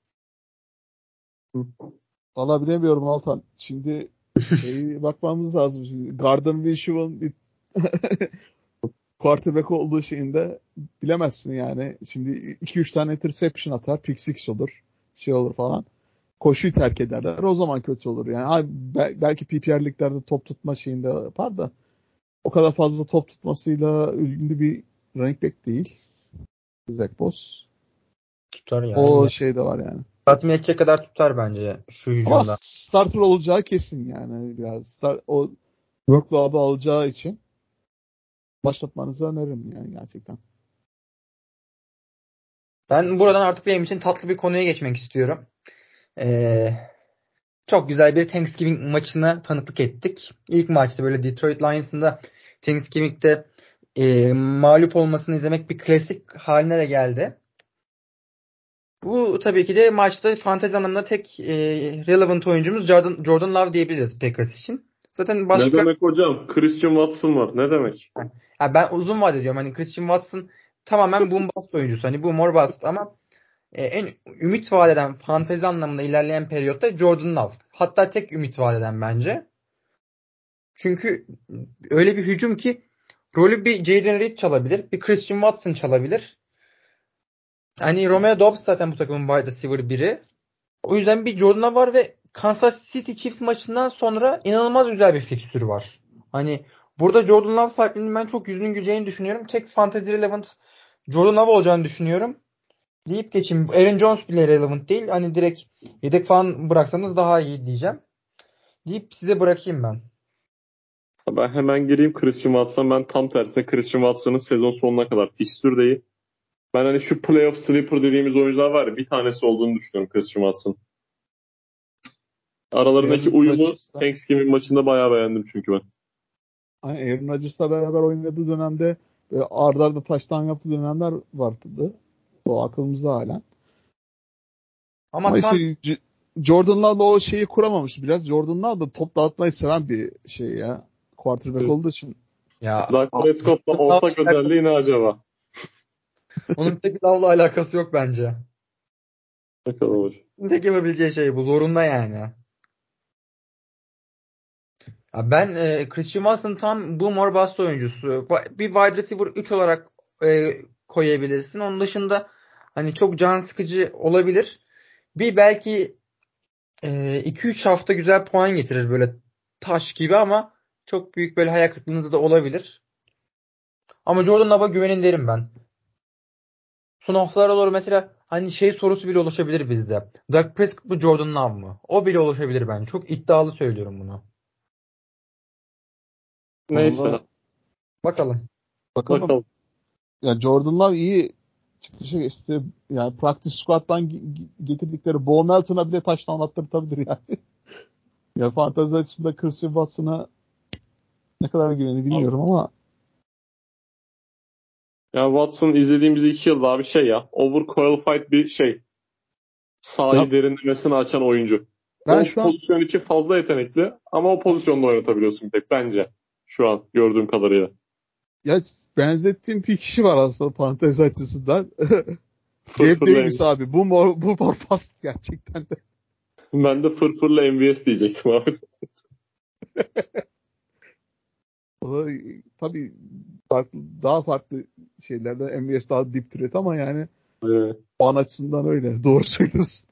Speaker 3: Valla bilemiyorum Altan. Şimdi bakmamız lazım. Şimdi Gardner Minshew'un quarterback olduğu şeyinde bilemezsin yani. Şimdi 2-3 tane interception atar. Pick six olur. Olur falan. Koşuyu terk ederler. O zaman kötü olur. Yani belki PPR'liklerde top tutma şeyinde yapar da o kadar fazla top tutmasıyla ünlü bir running back değil. Zach Moss.
Speaker 1: Tutar yani.
Speaker 3: O şey de var yani.
Speaker 1: Tatmin edecek kadar tutar bence şu hücumda.
Speaker 3: Ama starter olacağı kesin yani. Biraz o workload'u alacağı için başlatmanızı öneririm yani gerçekten.
Speaker 1: Ben buradan artık benim için tatlı bir konuya geçmek istiyorum. Çok güzel bir Thanksgiving maçına tanıklık ettik. İlk maçta böyle Detroit Lions'ın da Thanksgiving'de mağlup olmasını izlemek bir klasik haline de geldi. Bu tabii ki de maçta fantezi anlamında tek relevant oyuncumuz Jordan Love diyebiliriz Packers için. Zaten başka...
Speaker 2: Ne demek hocam? Christian Watson var. Ne demek?
Speaker 1: Ya ben uzun vade diyorum. Hani Christian Watson tamamen boom bust oyuncusu. Hani boom or bust ama en ümit vadeden fantezi anlamında ilerleyen periyotta Jordan Love. Hatta tek ümit vadeden bence. Çünkü öyle bir hücum ki rolü bir Jalen Reed çalabilir. Bir Christian Watson çalabilir. Hani Romeo Dobbs zaten bu takımın wide receiver biri. O yüzden bir Jordan Love var ve Kansas City Chiefs maçından sonra inanılmaz güzel bir fikstürü var. Hani burada Jordan Love sahipliğinin ben çok yüzünün güleceğini düşünüyorum. Tek fantasy relevant Jordan Love olacağını düşünüyorum. Deyip geçeyim. Aaron Jones bile relevant değil. Hani direkt yedek falan bıraksanız daha iyi diyeceğim. Deyip size bırakayım ben.
Speaker 2: Ben hemen gireyim Christian Watson. Ben tam tersine Christian Watson'ın sezon sonuna kadar fikstür değil. Ben hani şu playoff sleeper dediğimiz oyuncular var ya, bir tanesi olduğunu düşünüyorum Christian Watson. Aralarındaki
Speaker 3: Aaron
Speaker 2: uyumu
Speaker 3: Rodgers'la
Speaker 2: Thanksgiving maçında bayağı beğendim çünkü ben.
Speaker 3: Aaron Rodgers'la beraber oynadığı dönemde arda arda touchdown yaptığı dönemler vardı. O aklımızda halen.
Speaker 1: Ama
Speaker 3: Ama
Speaker 1: tam
Speaker 3: işte Jordan Love'la o şeyi kuramamış biraz. Jordan Love da top dağıtmayı seven bir şey ya. Quarterback olduğu için.
Speaker 1: ya
Speaker 2: Dak Prescott'la ortak özelliği ne acaba?
Speaker 1: onun tek Love'la alakası yok bence.
Speaker 2: Ne kadar olur.
Speaker 1: Tek yapabileceği şey bu. Zorunda yani. Ya ben Christian Watson tam boom or bust oyuncusu. Bir wide receiver 3 olarak koyabilirsin. Onun dışında hani çok can sıkıcı olabilir. Bir belki 2-3 hafta güzel puan getirir böyle taş gibi ama çok büyük böyle hayal kırıklığınız da olabilir. Ama Jordan Love'a güvenin derim ben. Son haftalara doğru mesela hani şey sorusu bile oluşabilir bizde. Dak Prescott mu Jordan Love mı? O bile oluşabilir bence. Çok iddialı söylüyorum bunu.
Speaker 2: Neyse.
Speaker 3: Vallahi
Speaker 1: Bakalım.
Speaker 3: bakalım.
Speaker 2: Bakalım.
Speaker 3: Ya Jordan Love iyi çıkışa geçti. Yani practice squad'dan getirdikleri Bo Melton'a bile touchdown attırtabilir yani. Ya fantezi açısında Christian Watson'a ne kadar güveni bilmiyorum ama
Speaker 2: Ya Watson izlediğimiz 2 yılda abi şey ya, overqualified bir şey.
Speaker 3: ya
Speaker 2: Sahayı derinlemesine açan oyuncu.
Speaker 3: ben
Speaker 2: O
Speaker 3: şu an
Speaker 2: pozisyon için fazla yetenekli ama o pozisyonda oynatabiliyorsun pek bence. Şu an gördüğüm kadarıyla.
Speaker 3: ya benzettiğim bir kişi var aslında fantezi açısından. Gabe
Speaker 2: Fırfırla
Speaker 3: Davis abi. Bu mor fast gerçekten de.
Speaker 2: Ben de fırfırla MVS diyecektim abi.
Speaker 3: O da, tabii daha farklı şeylerde MVS daha dip threat ama yani
Speaker 2: Evet.
Speaker 3: puan açısından öyle. Doğru söylüyorsun.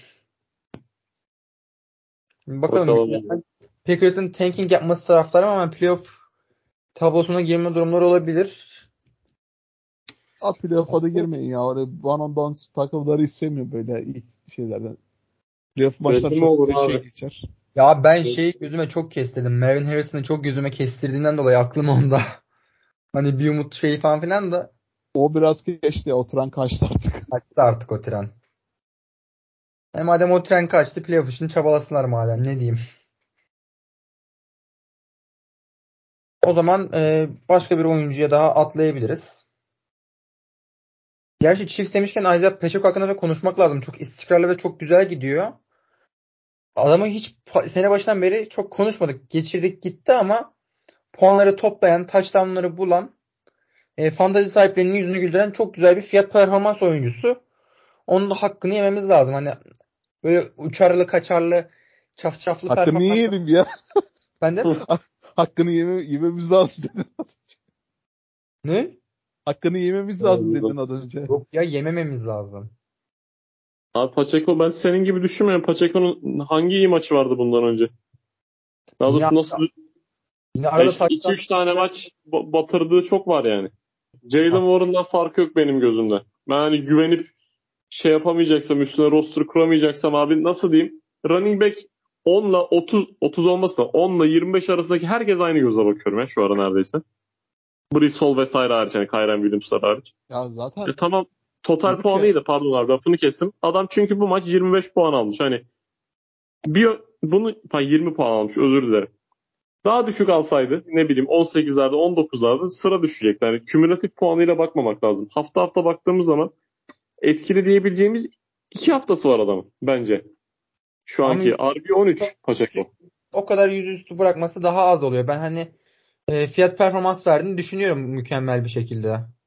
Speaker 1: Bakalım.
Speaker 2: Bakalım.
Speaker 1: Ben Packers'ın tanking yapması taraftarım ama playoff tablosuna girme durumları olabilir.
Speaker 3: Playoff'a da girmeyin ya. Öyle one on one takımları istemiyor böyle ilk şeylerden. Playoff maçlar
Speaker 2: Belli mi
Speaker 3: çok
Speaker 2: olur
Speaker 3: güzel şey
Speaker 2: abi?
Speaker 3: geçer.
Speaker 1: Ya ben şeyi gözüme çok kestirdim. Marvin Harrison'ı çok gözüme kestirdiğinden dolayı aklım onda. Hani bir umut şeyi falan filan da
Speaker 3: O biraz geçti. Oturan kaçtı artık.
Speaker 1: kaçtı artık o tren. Madem o tren kaçtı playoff için çabalasınlar madem ne diyeyim. O zaman başka bir oyuncuya daha atlayabiliriz. Gerçi Chiefs demişken Isaiah Pacheco hakkında da konuşmak lazım. Çok istikrarlı ve çok güzel gidiyor. Adamı hiç sene başından beri çok konuşmadık. Geçirdik gitti ama puanları toplayan, touchdownları bulan, fantasy sahiplerinin yüzünü güldüren çok güzel bir fiyat performans oyuncusu. Onun da hakkını yememiz lazım. Hani böyle uçarlı, kaçarlı, çafçaflı
Speaker 3: Hakkını
Speaker 1: performans.
Speaker 3: yiyelim ya.
Speaker 1: Efendim?
Speaker 3: Hakkını yememiz lazım dedin.
Speaker 1: Ne?
Speaker 3: Hakkını yememiz lazım dedin
Speaker 2: Anladım.
Speaker 3: az önce.
Speaker 1: Yok ya yemememiz lazım.
Speaker 2: Abi Pacheco ben senin gibi düşünmüyorum. Pacheco'nun hangi iyi maçı vardı bundan önce? Daha
Speaker 1: Yine
Speaker 2: doğrusu nasıl
Speaker 1: yine arada
Speaker 2: işte
Speaker 1: touchdown
Speaker 2: 2-3 tane maç batırdığı çok var yani. Jalen Warren'dan farkı yok benim gözümde. Ben hani güvenip şey yapamayacaksam, üstüne roster kuramayacaksam abi nasıl diyeyim? Running back 10 ile 30 olmasa da 10 ile 25 arasındaki herkes aynı göze bakıyorum ya şu ara neredeyse. Breece Hall vesaire hariç yani Kyren Williams'lar hariç.
Speaker 3: Ya zaten
Speaker 2: Tamam total
Speaker 3: dedik
Speaker 2: puanı
Speaker 3: ya
Speaker 2: iyi de pardon abi lafını kestim. Adam çünkü bu maç 25 puan almış. Hani bunu 20 puan almış özür dilerim. Daha düşük alsaydı ne bileyim 18'lerde 19'larda sıra düşecekti. Yani kümülatif puanıyla bakmamak lazım. Hafta hafta baktığımız zaman etkili diyebileceğimiz 2 haftası var adamın bence. Şu
Speaker 1: ama
Speaker 2: anki RB13 Pacheco.
Speaker 1: o kadar yüzüstü bırakması daha az oluyor. Ben hani fiyat performans verdiğini düşünüyorum mükemmel bir şekilde.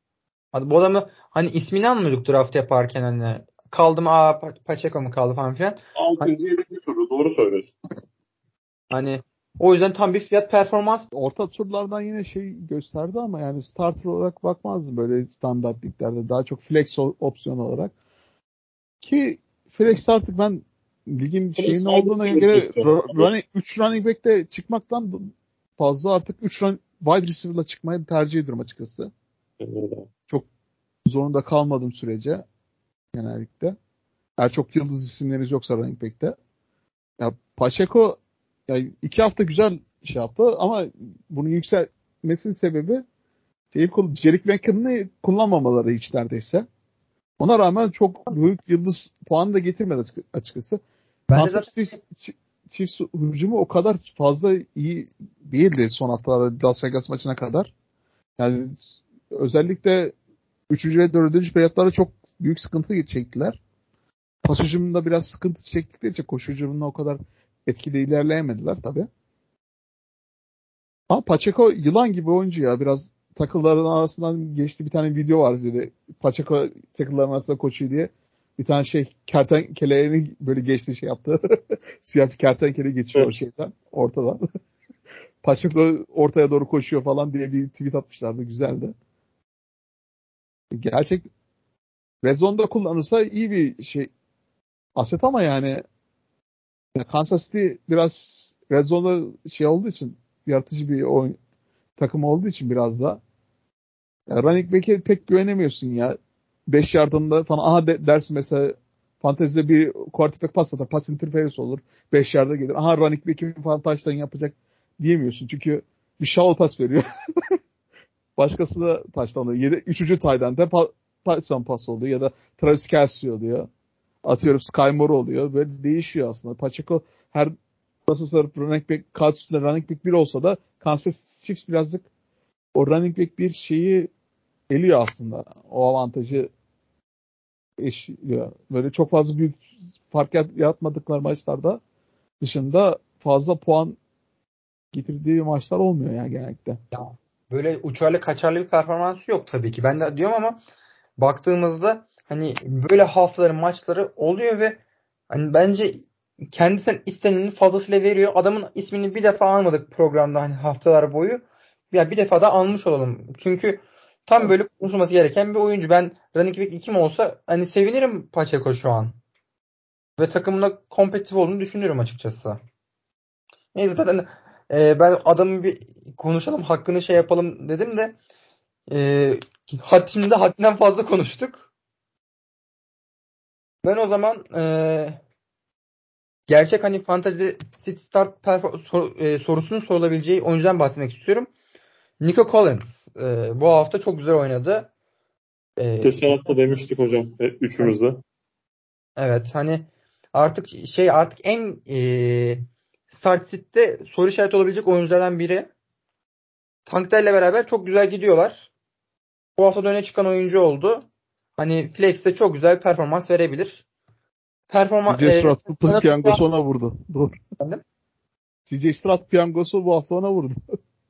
Speaker 1: Bu adamı hani ismini anlıyorduk draft yaparken hani. Kaldı mı? Pacheco mu kaldı falan filan.
Speaker 2: 6.
Speaker 1: Hani,
Speaker 2: 7. turda doğru söylüyorsun.
Speaker 1: hani o yüzden tam bir fiyat performans.
Speaker 3: Orta turlardan yine şey gösterdi ama yani starter olarak bakmazdım böyle standart liglerde. Daha çok flex opsiyon olarak. Ki flex artık ben ligin
Speaker 2: Flex
Speaker 3: şeyin
Speaker 2: wide
Speaker 3: olduğuna
Speaker 2: receiver
Speaker 3: göre
Speaker 2: pozisyonu.
Speaker 3: running, 3 running back'te çıkmaktan fazla artık 3 wide receiver'la çıkmayı tercih ediyorum açıkçası. Çok zorunda kalmadığım sürece genellikle. Eğer çok yıldız isimleriniz yoksa running back'te. Ya Pacheco yani 2 hafta güzel şey yaptı ama bunun yükselmesinin sebebi Jerick McKinnon'ı kullanmamaları hiç neredeyse. Ona rağmen çok büyük yıldız puanı da getirmedi açıkçası.
Speaker 1: Bence
Speaker 3: Kansas
Speaker 1: zaten
Speaker 3: City Chiefs hücumu o kadar fazla iyi değildi son haftalarda Las Vegas maçına kadar. Yani özellikle 3. ve 4. periyotlarda çok büyük sıkıntı çektiler. Pas hücumunda biraz sıkıntı çektikleri için koşu hücumunda o kadar etkili ilerleyemediler tabii. Ama Pacheco yılan gibi oyuncu ya. Biraz takılların arasından geçti bir tane video var dedi. Pacheco takılların arasında koşuyor diye. Bir tane kertenkelenin böyle geçti şey yaptı. Siyah bir kertenkele geçiyor o şeyden ortadan. Pacheco ortaya doğru koşuyor falan diye bir tweet atmışlardı. Güzeldi. Gerçek Red Zone'da kullanırsa iyi bir şey aset ama yani Kansas City biraz Red Zone'da şey olduğu için yaratıcı bir oyun takım olduğu için biraz da ya running back'e pek güvenemiyorsun ya. 5 yardımda falan aha dersin mesela fantezide bir quarterback pas atar. Pas interference olur. 5 yarda gelir. Aha running back'im falan touchdown yapacak diyemiyorsun. Çünkü bir shovel pas veriyor. Başkası da touchdown oluyor. 3. tight end'de touchdown pas oluyor. Ya da Travis Kelce oluyor. Atıyorum Sky Moore oluyor. Böyle değişiyor aslında. Pacheco her nasıl sarıp running back kağıt üstünde running back 1 olsa da Kansas City Chiefs birazcık o running back bir şeyi eliyor aslında. O avantajı eşliyor. Böyle çok fazla büyük fark yaratmadıkları maçlarda dışında fazla puan getirdiği maçlar olmuyor yani genellikle.
Speaker 1: Ya, böyle uçarlı kaçarlı bir performansı yok tabii ki. Ben de diyorum ama baktığımızda hani böyle haftaların maçları oluyor ve hani bence kendisinden istenenin fazlasıyla veriyor. Adamın ismini bir defa almadık programda hani haftalar boyu. Ya bir defa da almış olalım. Çünkü tam böyle konuşulması gereken bir oyuncu. Ben running back 2'm olsa hani sevinirim Pacheco şu an. Ve takımla kompetitif olduğunu düşünüyorum açıkçası. Neyse zaten ben adamı bir konuşalım hakkını şey yapalım dedim de şimdi haddinden fazla konuştuk. Ben o zaman gerçek hani Fantasy City Start sorusunun sorulabileceği oyuncudan bahsetmek istiyorum. Nico Collins bu hafta çok güzel oynadı. E,
Speaker 2: Geçen hafta demiştik hocam.
Speaker 1: hani,
Speaker 2: Üçümüz de.
Speaker 1: evet hani artık en Start City'de soru işareti olabilecek oyunculardan biri. Tanklerle beraber çok güzel gidiyorlar. Bu hafta da öne çıkan oyuncu oldu. Hani Flex'te çok güzel bir performans verebilir. Performans
Speaker 3: CJ Stroud piyangosu ona vurdu. Doğru.
Speaker 1: efendim.
Speaker 3: CJ Stroud piyangosu bu hafta ona vurdu.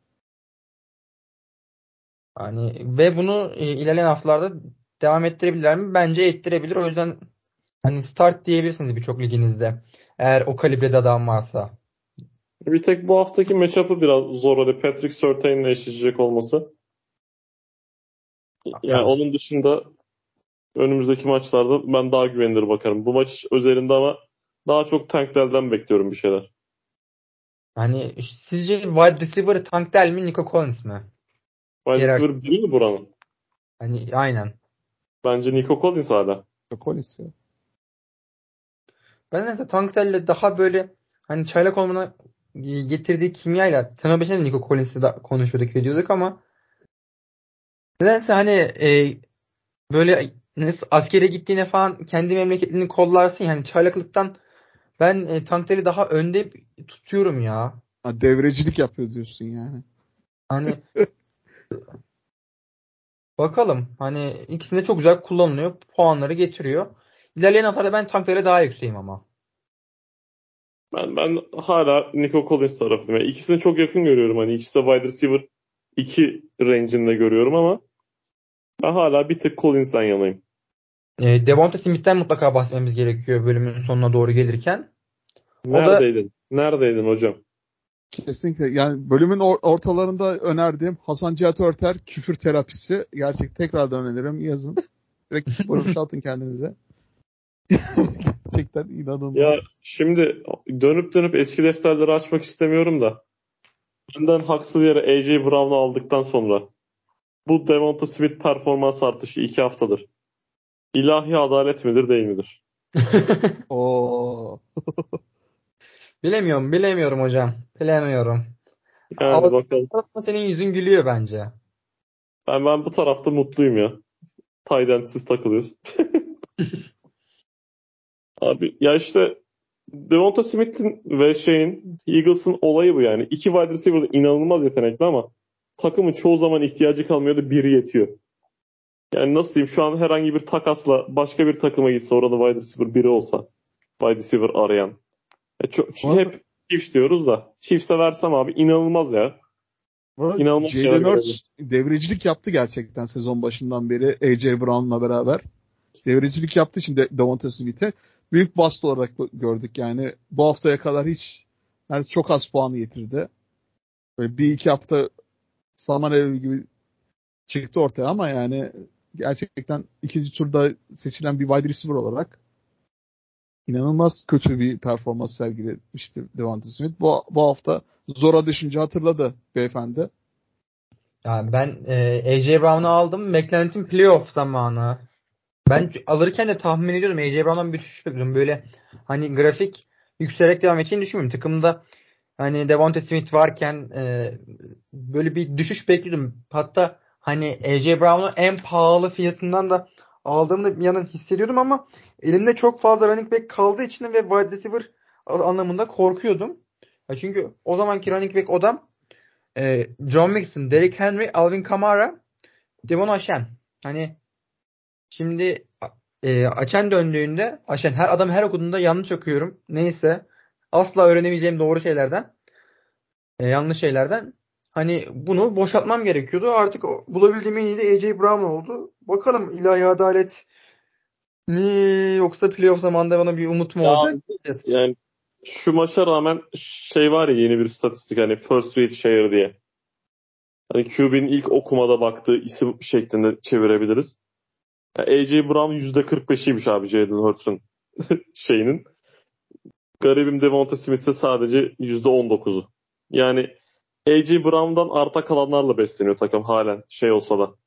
Speaker 1: Hani ve bunu ilerleyen haftalarda devam ettirebilirler mi? Bence ettirebilir. O yüzden hani start diyebilirsiniz birçok liginizde. Eğer o kalibrede adam varsa.
Speaker 2: Bir tek bu haftaki matchup'ı biraz zor. Hani Patrick Surtain'le eşleşecek olması. Yani
Speaker 1: Ya,
Speaker 2: onun dışında önümüzdeki maçlarda ben daha güvenilir bakarım. Bu maç özelinde ama daha çok tanklerden bekliyorum bir şeyler.
Speaker 1: hani sizce wide receiver Tank Dell mi Nico Collins mi?
Speaker 2: Wide
Speaker 1: Hiyerarşi.
Speaker 2: receiver biri mi buranın?
Speaker 1: Hani aynen.
Speaker 2: Bence Nico Collins hala.
Speaker 3: Collins ya.
Speaker 1: Ben neyse Tank Dell'le daha böyle hani çaylak olmana getirdiği kimyayla sene başında Nico Collins'i de konuşuyorduk ediyorduk ama nedense hani böyle nasıl askere gittiğine falan kendi memleketini kollarsın yani çaylaklıktan ben tankları daha önde tutuyorum ya.
Speaker 3: Ha, devrecilik yapıyor diyorsun yani.
Speaker 1: Hani bakalım hani ikisinde çok güzel kullanılıyor. Puanları getiriyor. İlerleyen haftalarda ben tanklara daha yükseğim ama.
Speaker 2: Ben hala Nico Collins tarafındayım. Yani ikisini çok yakın görüyorum. Hani ikisi de wide receiver 2 range'inde görüyorum ama Ben hala bir tık Collins'ten yanayım.
Speaker 1: Devonta Smith'ten mutlaka bahsetmemiz gerekiyor bölümün sonuna doğru gelirken. O da
Speaker 2: Neredeydin? Neredeydin hocam?
Speaker 3: Kesinlikle. Yani bölümün ortalarında önerdiğim Hasan Cihat Örter küfür terapisi. Gerçekten tekrardan öneririm. Yazın. Direkt boşaltın kendinize. Gerçekten
Speaker 2: Ya
Speaker 3: inanılmaz.
Speaker 2: şimdi dönüp dönüp eski defterleri açmak istemiyorum da benden haksız yere A.J. Brown'u aldıktan sonra bu Devonta Smith performans artışı 2 haftadır. İlahi adalet midir değil midir?
Speaker 3: Oo.
Speaker 1: bilemiyorum hocam. Bilemiyorum.
Speaker 2: Yani bakalım.
Speaker 1: Ama senin yüzün gülüyor bence.
Speaker 2: Ben bu tarafta mutluyum ya. Tight end'siz takılıyoruz. Abi ya işte Devonta Smith'in ve Eagles'ın olayı bu yani. İki wide receiver inanılmaz yetenekli ama takımın çoğu zaman ihtiyacı kalmıyor da biri yetiyor. Yani nasıl diyeyim, şu an herhangi bir takasla başka bir takıma gitse, orada wide receiver biri olsa, wide receiver arayan.
Speaker 3: Bu arada,
Speaker 2: Hep Chiefs diyoruz da Chiefs'e versem abi inanılmaz ya. İnanılmaz şeyler
Speaker 3: Jalen
Speaker 2: görebiliriz.
Speaker 3: Hurts devrecilik yaptı gerçekten sezon başından beri A.J. Brown'la beraber. Devrecilik yaptığı için de Devonta Smith'e büyük bust olarak gördük yani. Bu haftaya kadar yani çok az puan getirdi. Böyle bir iki hafta saman evi gibi çıktı ortaya ama yani gerçekten ikinci turda seçilen bir wide receiver olarak inanılmaz kötü bir performans sergilemişti Devonta Smith. Bu hafta zora düşünce hatırladı beyefendi.
Speaker 1: Ya ben A.J. Brown'u aldım. Beklentim playoff zamanı. Ben alırken de tahmin ediyordum. A.J. Brown'dan bir düşüş bekliyordum. Böyle hani grafik yükselerek devam edeceğini düşünmüyorum. Takımda hani Devonta Smith varken böyle bir düşüş bekliyordum. Hatta hani A.J. Brown'u en pahalı fiyatından da aldığımda bir yandan hissediyordum ama elimde çok fazla running back kaldığı için ve wide receiver anlamında korkuyordum. Ya çünkü o zamanki running back odam John Mixon, Derrick Henry, Alvin Kamara, Devon Achane. Hani şimdi Achane döndüğünde Achane her okuduğunda yanlış okuyorum. Neyse. Asla öğrenemeyeceğim doğru şeylerden. Yanlış şeylerden. Hani bunu boşaltmam gerekiyordu. Artık bulabildiğim en iyi de A.J. Brown oldu. Bakalım ilahi adalet mi yoksa playoff zamanında bana bir umut mu
Speaker 2: Ya
Speaker 1: olacak? Göreceğiz.
Speaker 2: yani şu maça rağmen var ya, yeni bir istatistik, hani first read share diye. Hani QB'nin ilk okumada baktığı isim şeklinde çevirebiliriz. A.J. Brown %45'iymiş abi Jalen Hurts'un şeyinin. Garibim Devonta Smith ise sadece %19'u. Yani A.J. Brown'dan arta kalanlarla besleniyor takım halen olsa da.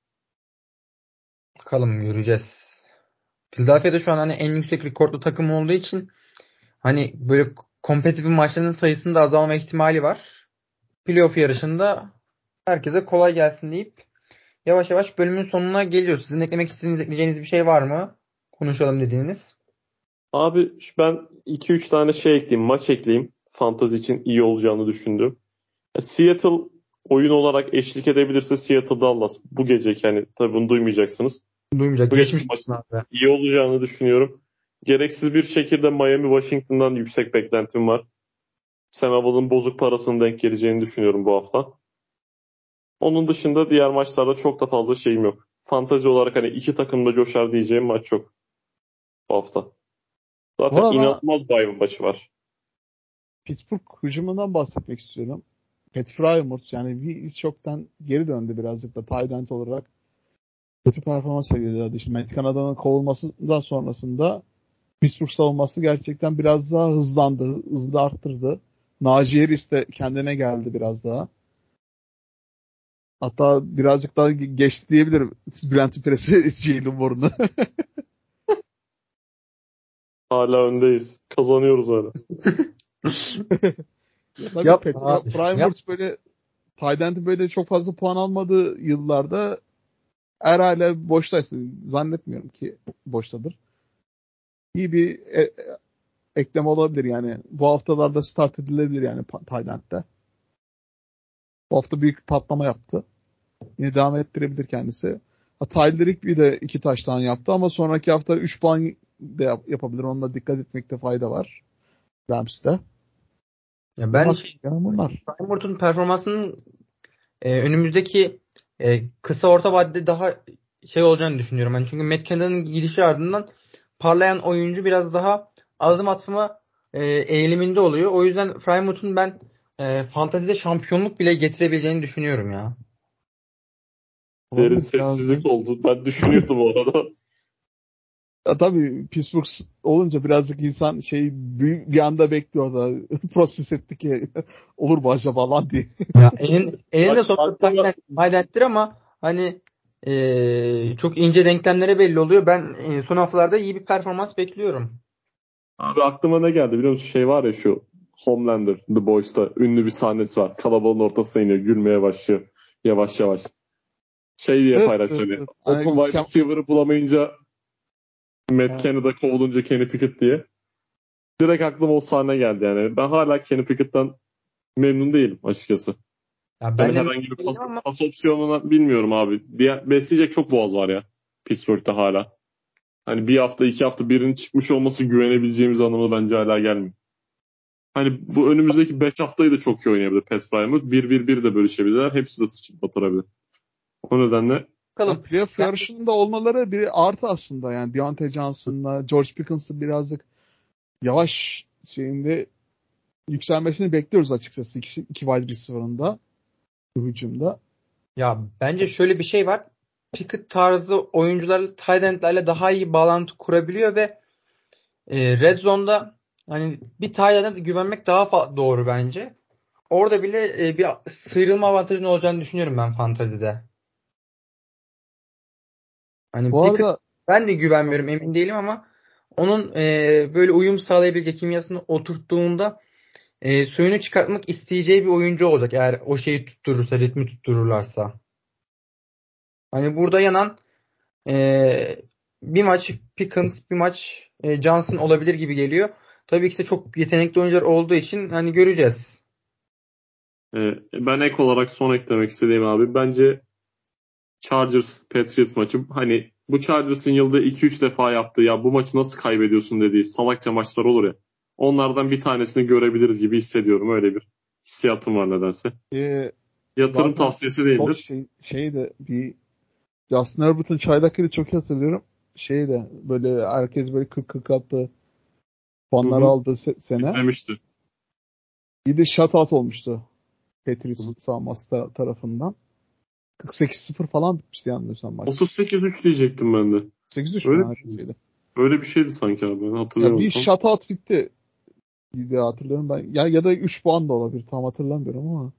Speaker 1: Bakalım göreceğiz. Philadelphia'da şu an hani en yüksek rekortlu takım olduğu için hani böyle kompetitif maçların sayısının da azalma ihtimali var. Playoff yarışında herkese kolay gelsin deyip yavaş yavaş bölümün sonuna geliyoruz. Sizin eklemek istediğiniz, ekleyeceğiniz bir şey var mı? Konuşalım dediğiniz.
Speaker 2: Abi ben 2-3 tane ekleyeyim, maç ekleyeyim. Fantasy için iyi olacağını düşündüm. Seattle oyun olarak eşlik edebilirse Seattle Dallas bu geceki, hani tabii bunu duymayacaksınız.
Speaker 1: Duymayacak.
Speaker 2: Bu gece
Speaker 1: Geçmiş
Speaker 2: maçın
Speaker 1: olsun abi.
Speaker 2: iyi olacağını düşünüyorum. Gereksiz bir şekilde Miami Washington'dan yüksek beklentim var. Sam Howell'ın bozuk parasının denk geleceğini düşünüyorum bu hafta. Onun dışında diğer maçlarda çok da fazla şeyim yok. Fantazi olarak hani iki takım da coşar diyeceğim maç yok bu hafta.
Speaker 3: Bu
Speaker 2: Zaten
Speaker 3: arada
Speaker 2: inanılmaz bay maçı var.
Speaker 3: Pittsburgh hücumundan bahsetmek istiyorum. Pat Fryermuth yani bir çoktan geri döndü birazcık da tight end olarak. Kötü performans sergiledi. Şimdi Matt Canada'nın kovulmasından sonrasında Pittsburgh savunması gerçekten biraz daha hızlandı. Hızlı arttırdı. Najee Harris de kendine geldi biraz daha. Hatta birazcık daha geçti diyebilirim. Bülent Presi Jalen Warren'ı.
Speaker 2: Hala öndeyiz. Kazanıyoruz hala.
Speaker 3: Ya tabii
Speaker 1: Yap
Speaker 3: Pat
Speaker 1: abi. Yap.
Speaker 3: Fryermuth böyle tight end'in böyle çok fazla puan almadığı yıllarda eğer hala boştaysa zannetmiyorum ki boştadır. İyi bir ekleme olabilir yani. Bu haftalarda start edilebilir yani Tayland'da. Bu hafta büyük bir patlama yaptı. Yine devam ettirebilir kendisi. Tyler Higby de 2 taştan yaptı ama sonraki hafta 3 puan da yapabilir. Onunla dikkat etmekte fayda var. Rams'te.
Speaker 1: Ya ben
Speaker 3: Bunlar, yani bunlar.
Speaker 1: Frankfurt'un performansının önümüzdeki kısa orta vadede daha şey olacağını düşünüyorum. Hani çünkü Matt Canada'nın gidişi ardından parlayan oyuncu biraz daha adım atma eğiliminde oluyor. O yüzden Frymouth'un ben fantazide şampiyonluk bile getirebileceğini düşünüyorum ya.
Speaker 2: Derin
Speaker 3: Olabilir biraz.
Speaker 2: sessizlik oldu. Ben düşünüyordum o arada.
Speaker 3: Ya tabii Pittsburgh olunca birazcık insan bir anda bekliyor da proses etti ki olur mu acaba lan diye.
Speaker 1: Ya eninde
Speaker 2: Bak
Speaker 1: sonunda
Speaker 2: aklıma
Speaker 1: Tayland'dir ama hani çok ince denklemlere belli oluyor. Ben son haftalarda iyi bir performans bekliyorum.
Speaker 2: Abi aklıma ne geldi biliyor musun? Şey var ya şu Homelander, The Boys'ta ünlü bir sahnesi var. Kalabalığın ortasına iniyor, gülmeye başlıyor. Yavaş yavaş. Şey diye
Speaker 3: Evet,
Speaker 2: paylaşıyor.
Speaker 3: evet,
Speaker 2: Hani,
Speaker 3: evet.
Speaker 2: open wide receiver'ı bulamayınca Matt
Speaker 1: Evet.
Speaker 2: Canada kovulunca Kenny Pickett diye. Direkt aklıma o sahne geldi yani. Ben hala Kenny Pickett'tan memnun değilim açıkçası.
Speaker 1: Ya
Speaker 2: Yani
Speaker 1: ben de
Speaker 2: herhangi bir
Speaker 1: değilim ama
Speaker 2: pas opsiyonuna bilmiyorum abi. Diğer, besleyecek çok boğaz var ya Pittsburgh'te hala. Hani bir hafta iki hafta birinin çıkmış olması güvenebileceğimiz anlamına bence hala gelmiyor. Hani bu önümüzdeki 5 haftayı da çok iyi oynayabilir Pat Frymouth. 1-1-1 de bölüşebilirler. Hepsi de sıçıp batırabilir. O nedenle
Speaker 3: Ya
Speaker 1: bakalım.
Speaker 3: playoff
Speaker 1: Ben,
Speaker 3: yarışında olmaları bir artı aslında. Yani Deontay Johnson'la George Pickens'ın birazcık yavaş şeyinde yükselmesini bekliyoruz açıkçası. İki wide receiver'ın da bu hücumda.
Speaker 1: ya bence şöyle bir şey var. Pickett tarzı oyuncularla tight end'lerle daha iyi bağlantı kurabiliyor ve red zone'da hani bir tight end'e güvenmek daha doğru bence. Orada bile bir sıyrılma avantajının olacağını düşünüyorum ben fantazide. Hani
Speaker 3: Bu
Speaker 1: Pickett
Speaker 3: arada
Speaker 1: ben de güvenmiyorum emin değilim ama onun böyle uyum sağlayabilecek kimyasını oturttuğunda suyunu çıkartmak isteyeceği bir oyuncu olacak eğer o şeyi tutturursa, ritmi tuttururlarsa. Hani burada yanan bir maç Pickens, bir maç Johnson olabilir gibi geliyor. Tabii ki de çok yetenekli oyuncular olduğu için hani göreceğiz.
Speaker 2: ben ek olarak son eklemek istediğim abi. Bence Chargers Patriots maçı hani bu Chargers'ın yılda 2-3 defa yaptığı ya bu maçı nasıl kaybediyorsun dediği salakça maçlar olur ya. Onlardan bir tanesini görebiliriz gibi hissediyorum. Öyle bir hissiyatım var nedense.
Speaker 3: e,
Speaker 2: Yatırım
Speaker 3: zaten
Speaker 2: tavsiyesi
Speaker 3: çok
Speaker 2: değildir.
Speaker 3: şey de bir Justin Herbert'ın çaylakları çok iyi hatırlıyorum. Şey de böyle herkes böyle 40-40 attı.
Speaker 2: Hı
Speaker 3: Puanları
Speaker 2: hı.
Speaker 3: aldığı sene.
Speaker 2: Demişti.
Speaker 3: Bir de shutout olmuştu.
Speaker 2: Hı hı.
Speaker 3: Patriots savunması tarafından. 48-0 falan bitmişti yanılmıyorsam maç.
Speaker 2: 38-3 diyecektim ben de.
Speaker 3: 8-3 mü?
Speaker 2: Öyle bir
Speaker 3: Ha,
Speaker 2: şey.
Speaker 3: şeydi.
Speaker 2: Öyle bir şeydi sanki abi. Ben
Speaker 3: Ya bir
Speaker 2: hatırlayamadım.
Speaker 3: shutout bitti diye hatırlıyorum ben. Ya da 3 puan da olabilir. Tam hatırlamıyorum ama.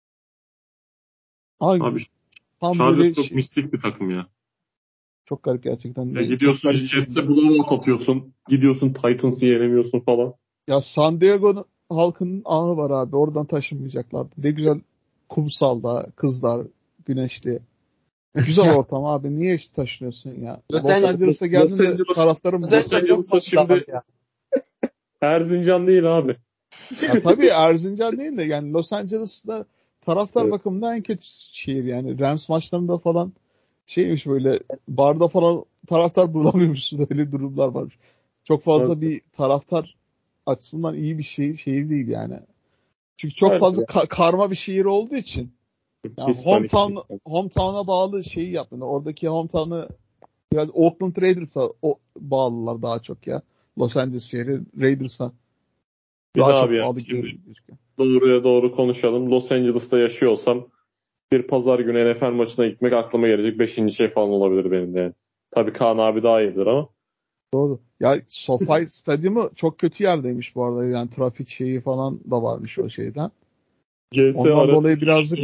Speaker 2: Abi
Speaker 3: Tam
Speaker 2: Chargers
Speaker 3: böyle
Speaker 2: çok mistik bir takım ya.
Speaker 3: çok garip gerçekten. Çok
Speaker 2: Gidiyorsun
Speaker 3: garip bir
Speaker 2: Jets'e
Speaker 3: şekilde.
Speaker 2: blowout atıyorsun. Gidiyorsun Titans'ı yenemiyorsun falan.
Speaker 3: Ya San Diego halkının ahı var abi. Oradan taşınmayacaklardı. Ne güzel kumsalda kızlar, güneşli. Güzel
Speaker 1: Ya
Speaker 3: ortam abi. Niye hiç taşınıyorsun ya?
Speaker 1: Los
Speaker 3: Los
Speaker 1: Angeles,
Speaker 3: Angeles'a
Speaker 2: Los
Speaker 3: geldiğinde
Speaker 2: Angeles
Speaker 3: taraftarım
Speaker 1: Los
Speaker 2: Los
Speaker 3: bozuldu.
Speaker 1: Angeles çok
Speaker 2: Angeles'ta
Speaker 1: fazla abi
Speaker 2: şimdi
Speaker 1: ya.
Speaker 2: Erzincan değil abi.
Speaker 3: Ya tabii Erzincan değil de yani Los Angeles'da taraftar
Speaker 2: Evet.
Speaker 3: bakımından en kötü şehir yani. Rams maçlarında falan şeymiş böyle barda falan taraftar bulamıyormuşsun öyle durumlar var. Çok fazla bir taraftar açısından iyi bir şehir değil yani. Çünkü çok
Speaker 2: Evet.
Speaker 3: fazla karma bir şehir olduğu için yani
Speaker 2: Hispanik. Hispanik.
Speaker 3: hometown'a bağlı şeyi yapmıyorlar. Oradaki hometown'ı biraz Oakland Raiders'a bağlılar daha çok ya. Los Angeles şehri Raiders'a
Speaker 2: Bir
Speaker 3: daha
Speaker 2: daha abi
Speaker 3: çok
Speaker 2: yani
Speaker 3: bağlı gibi
Speaker 2: şimdi
Speaker 3: gözüküyor.
Speaker 2: doğruya doğru konuşalım. Los Angeles'ta yaşıyorsam bir pazar günü NFL maçına gitmek aklıma gelecek 5. şey falan olabilir benim de yani. Tabii Kaan abi daha iyidir ama.
Speaker 3: Doğru. Ya SoFi Stadyumu çok kötü yerdeymiş bu arada. Yani trafik şeyi falan da varmış o şeyden.
Speaker 2: GS
Speaker 3: Ondan
Speaker 2: Arena
Speaker 3: dolayı birazcık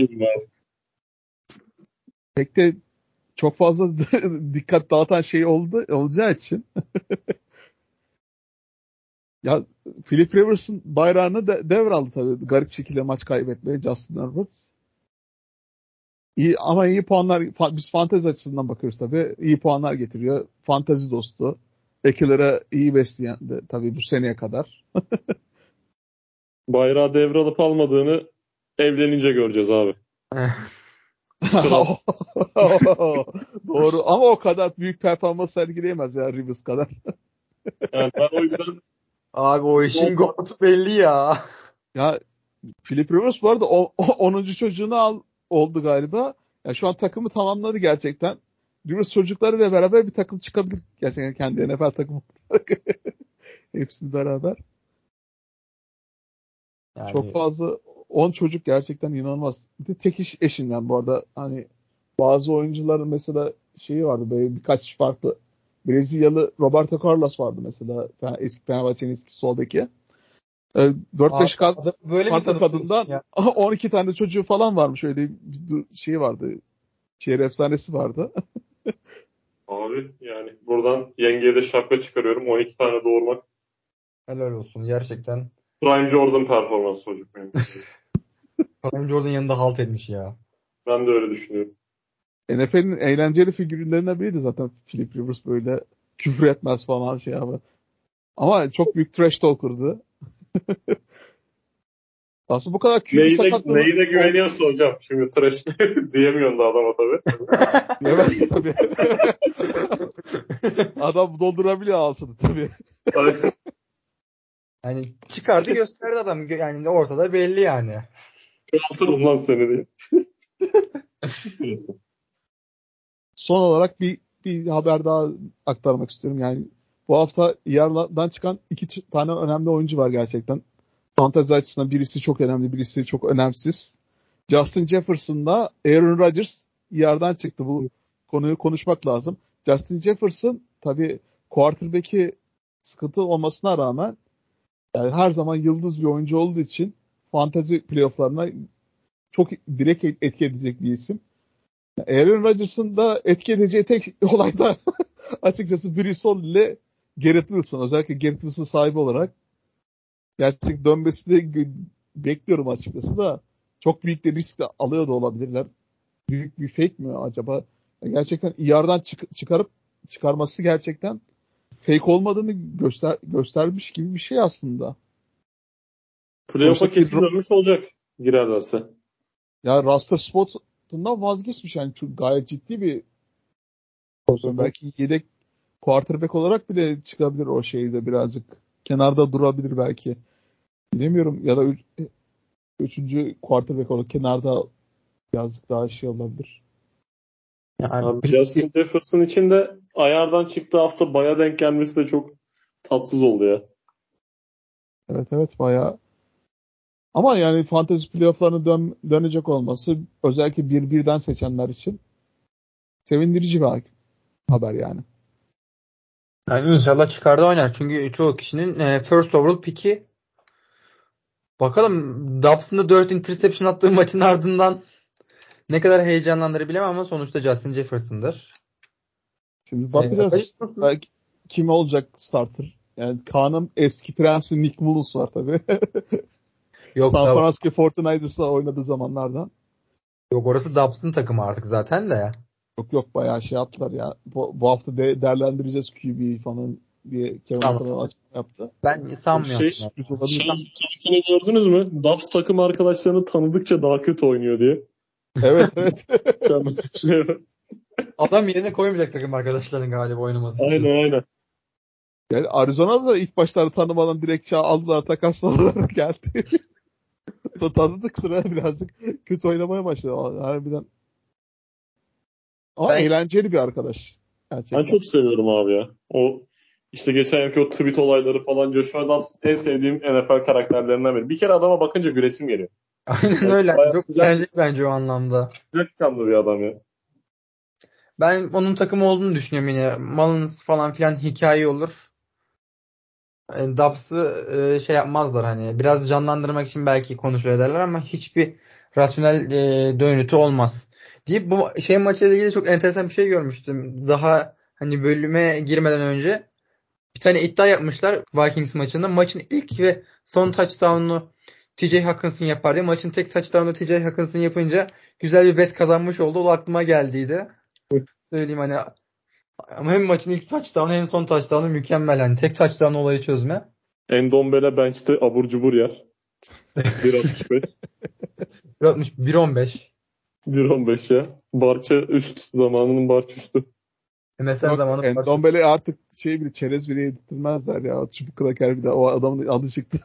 Speaker 3: pek de çok fazla dikkat dağıtan şey olacağı için ya Philip Rivers'ın bayrağını devraldı tabii. Garip şekilde maç kaybetmeye Justin Herbert. İyi, ama iyi puanlar biz fantezi açısından bakıyoruz tabii. İyi puanlar getiriyor. Fantezi dostu. Ekilere iyi besleyen de tabii bu seneye kadar.
Speaker 2: bayrağı devralıp almadığını evlenince göreceğiz abi. Kral.
Speaker 3: Doğru ama o kadar büyük performans sergileyemez ya Rivers kadar.
Speaker 2: Yani ben o yüzden
Speaker 1: Abi o işin gotu belli ya.
Speaker 3: Ya Philip Rivers bu arada 10. çocuğunu oldu galiba. Ya şu an takımı tamamladı gerçekten. Rivers çocuklarıyla beraber bir takım çıkabilir. Gerçekten kendi NFL takımı. Hepsi beraber.
Speaker 1: Yani
Speaker 3: Çok fazla 10 çocuk gerçekten inanılmaz. Bir de tek iş eşinden bu arada hani bazı oyuncuların mesela şeyi vardı böyle birkaç farklı Brezilyalı Roberto Carlos vardı mesela eski Fenerbahçe'nin eski sol beki. 4-5
Speaker 1: böyle mi
Speaker 3: farklı
Speaker 1: tanımlıyorsun
Speaker 3: kadından
Speaker 1: ya?
Speaker 3: 12 tane çocuğu falan varmış öyle bir şey vardı. Şehir efsanesi vardı.
Speaker 2: Abi yani buradan yengeye de şapka çıkarıyorum. 12 tane doğurmak.
Speaker 1: Helal olsun gerçekten.
Speaker 2: Prime Jordan performans çocuk benim.
Speaker 1: Karim Jordan yanında halt etmiş ya.
Speaker 2: Ben de öyle düşünüyorum.
Speaker 3: NFL'in eğlenceli figürlerinden biriydi zaten Philip Rivers böyle küfür etmez falan şey abi. Ama çok büyük trash talker'dı. Aslında bu kadar QB sakatlığı
Speaker 2: Neyine güveniyorsa hocam. Şimdi trash diyemiyorsun da adama tabii.
Speaker 3: diyemezsin tabii. Adam doldurabiliyor altını tabii.
Speaker 1: Yani çıkardı gösterdi adam. Yani ortada belli yani.
Speaker 2: Altınım lan seni diye. Neyse.
Speaker 3: Son olarak bir haber daha aktarmak istiyorum. Yani bu hafta yarlardan çıkan iki tane önemli oyuncu var gerçekten. Fantezi açısından birisi çok önemli, birisi çok önemsiz. Justin Jefferson'la Aaron Rodgers yardan çıktı. Bu konuyu konuşmak lazım. Justin Jefferson tabii quarterback'i sıkıntı olmasına rağmen yani her zaman yıldız bir oyuncu olduğu için fantezi playofflarına çok direkt etki edecek bir isim. Aaron Rodgers'ın da etki edeceği tek olay da açıkçası Brees Hall ile Garrett Wilson. Özellikle Garrett Wilson sahibi olarak gerçek dönmesini de bekliyorum açıkçası da çok büyük de risk de alıyor da olabilirler. Büyük bir fake mi acaba? Gerçekten IR'dan çıkarıp çıkarması gerçekten fake olmadığını göstermiş gibi bir şey aslında.
Speaker 2: Playoff'a kesin dönmüş olacak girerlerse.
Speaker 3: Ya roster spotundan vazgeçmiş yani çok gayet ciddi bir pozisyon. Belki yedek quarterback olarak bile çıkabilir o şeyde birazcık. Kenarda durabilir belki. Bilemiyorum ya da üçüncü quarterback olarak kenarda birazcık daha şey olabilir.
Speaker 1: Yani
Speaker 2: Abi Justin Jefferson için de ayardan çıktığı hafta baya denk gelmesi de çok tatsız oldu ya.
Speaker 3: Evet bayağı. Ama yani fantasy playoff'larına dönecek olması özellikle birden seçenler için sevindirici bir haber yani.
Speaker 1: Yani inşallah çıkarda oynar. Çünkü çoğu kişinin first overall pick'i. Bakalım Dobbs'ın da 4 interception attığı maçın ardından ne kadar heyecanlandırır bilemem ama sonuçta Justin Jefferson'dır.
Speaker 3: Şimdi bakacağız. Belki kim olacak starter? Yani Kaan'ın eski prensi Nick Mullins var tabii.
Speaker 1: Yok
Speaker 3: San Francisco 49ers'la oynadığı zamanlardan.
Speaker 1: Yok orası Dobbs'ın takımı artık zaten de.
Speaker 3: Yok bayağı şey yaptılar ya. Bu hafta değerlendireceğiz QB'yi falan diye Kevin O'Connell açıklama yaptı.
Speaker 1: Ben sanmıyorum.
Speaker 2: Tweetini gördünüz mü? Dubs takım arkadaşlarını tanıdıkça daha kötü oynuyor diye.
Speaker 3: Evet.
Speaker 1: Adam yerine koymayacak takım arkadaşların galiba oynaması için.
Speaker 2: Aynen.
Speaker 3: Yani Arizona'da da ilk başlarda tanımadan direkt aldılar, takasladılar geldi. Sonra tanıdık sıra birazcık kötü oynamaya başladı. Harbiden. Ama eğlenceli bir arkadaş. Gerçekten.
Speaker 2: Ben çok seviyorum abi ya. O işte geçen yılki o tweet olayları falan Joshua Dobbs en sevdiğim NFL karakterlerinden biri. Bir kere adama bakınca gülesim geliyor.
Speaker 1: Aynen öyle.
Speaker 2: Bayağı
Speaker 1: Çok eğlenceli bence o anlamda.
Speaker 2: sıcakkanlı bir adam ya.
Speaker 1: Ben onun takımı olduğunu düşünüyorum yine. Mullins falan filan hikaye olur. Dobbs'ı şey yapmazlar hani. Biraz canlandırmak için belki kontrol ederler ama hiçbir rasyonel dönütü olmaz. Deyip bu şey maçıyla ilgili çok enteresan bir şey görmüştüm. Daha hani bölüme girmeden önce bir tane iddia yapmışlar Vikings maçında. Maçın ilk ve son touchdown'unu TJ Hawkinson yapar diye. Maçın tek touchdown'unu TJ Hawkinson yapınca güzel bir bet kazanmış oldu. O aklıma geldiydi. Söyleyeyim hani ama hem maçın ilk touchdown'u hem son touchdown'u mükemmel. Yani tek touchdown olayı çözme.
Speaker 2: Endombele bench'te abur cubur yer. 1.65.
Speaker 1: 1.15.
Speaker 2: 1.15 ya. Barça üst. Zamanının Barça üstü.
Speaker 1: MSN
Speaker 3: Yok,
Speaker 1: zamanı
Speaker 3: Endombele artık çerez bile yedirtmezler ya. Çubuk kraker bir de o adamın adı çıktı.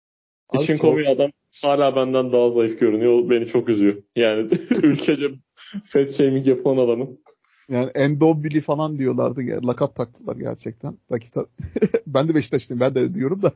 Speaker 2: İşin komiği adam hala benden daha zayıf görünüyor. O beni çok üzüyor. Yani ülkece Fat shaming yapılan adamın.
Speaker 3: Yani Endobili falan diyorlardı. Lakap taktılar gerçekten. Ben de Beşiktaşlıyım. Ben de diyorum da.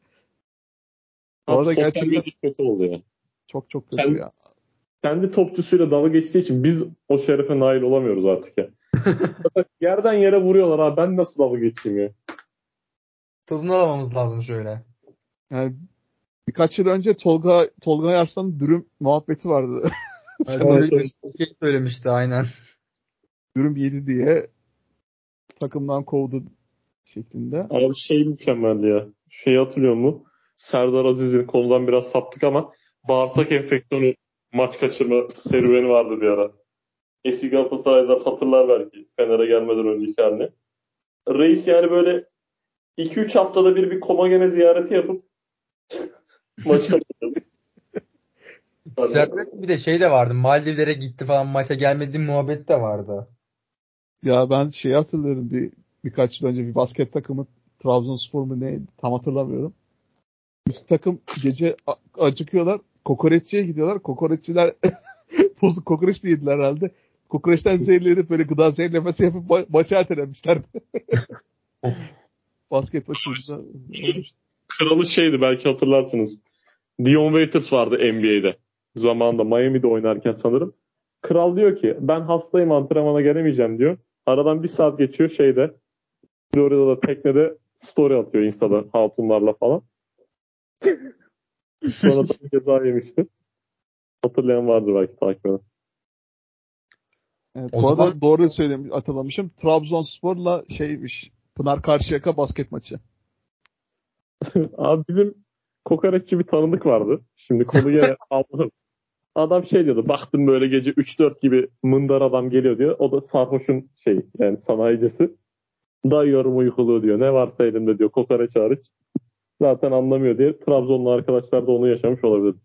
Speaker 3: Bu arada
Speaker 2: Sosyal
Speaker 3: gerçekten
Speaker 2: medya kötü oldu ya.
Speaker 3: çok çok kötü ya.
Speaker 2: Kendi topçusuyla dalga geçtiği için biz o şerefe nail olamıyoruz artık ya. Yerden yere vuruyorlar abi. Ben nasıl dalga geçeyim ya?
Speaker 1: Tadını alamamız lazım şöyle.
Speaker 3: Yani birkaç yıl önce Tolga Arslan'ın dürüm muhabbeti vardı.
Speaker 1: Evet,
Speaker 3: Sen
Speaker 2: Evet,
Speaker 1: öyle
Speaker 2: evet.
Speaker 1: bir şey söylemişti aynen.
Speaker 3: dürüm yedi diye takımdan kovdu şeklinde.
Speaker 2: Abi şey mükemmeldi ya. Şeyi hatırlıyor musun? Serdar Aziz'in konudan biraz saptık ama bağırsak enfeksiyonu maç kaçırma serüveni vardı bir ara. Eski Galatasaraylılar hatırlar belki Fener'e gelmeden önceki halini. Reis yani böyle 2-3 haftada bir Komagene ziyareti yapıp maç kaçırdı.
Speaker 1: Servet bir de şey de vardı. Maldivlere gitti falan maça gelmedi muhabbet de vardı.
Speaker 3: Ya ben şeyi hatırlıyorum birkaç yıl önce bir basket takımı Trabzonspor mu ne tam hatırlamıyorum. Üst takım gece acıkıyorlar. Kokoreççiye gidiyorlar. Kokoreççiler bozuk kokoreç mi yediler herhalde. Kokoreçten zehirlenip böyle gıda zehirlemesi yapıp maçı ertelemişlerdi. Basket maçında olmuştu.
Speaker 2: Kralı şeydi belki hatırlarsınız. Dion Waiters vardı NBA'de. Zamanında Miami'de oynarken sanırım. Kral diyor ki ben hastayım antrenmana gelemeyeceğim diyor. Aradan bir saat geçiyor şeyde. Florida'da teknede story atıyor Insta'da hatunlarla falan. Sonra da ceza yemişti. Hatırlayan vardır belki takip eden.
Speaker 3: Evet,
Speaker 1: O
Speaker 3: bu
Speaker 1: zaman
Speaker 3: arada doğru hatırlamışım. Trabzonspor'la şeymiş. Pınar Karşıyaka basket maçı.
Speaker 2: Abi bizim kokoreççi bir tanıdık vardı. Şimdi konu yine aldım. Adam şey diyordu. Baktım böyle gece 3-4 gibi mındar adam geliyor diyor. O da sarhoşun şey yani sanayicisi. Dayıyorum uykuluğu diyor. Ne varsa elimde diyor. Kokoreç hariç. Zaten anlamıyor diye. Trabzonlu arkadaşlar da onu yaşamış olabilir.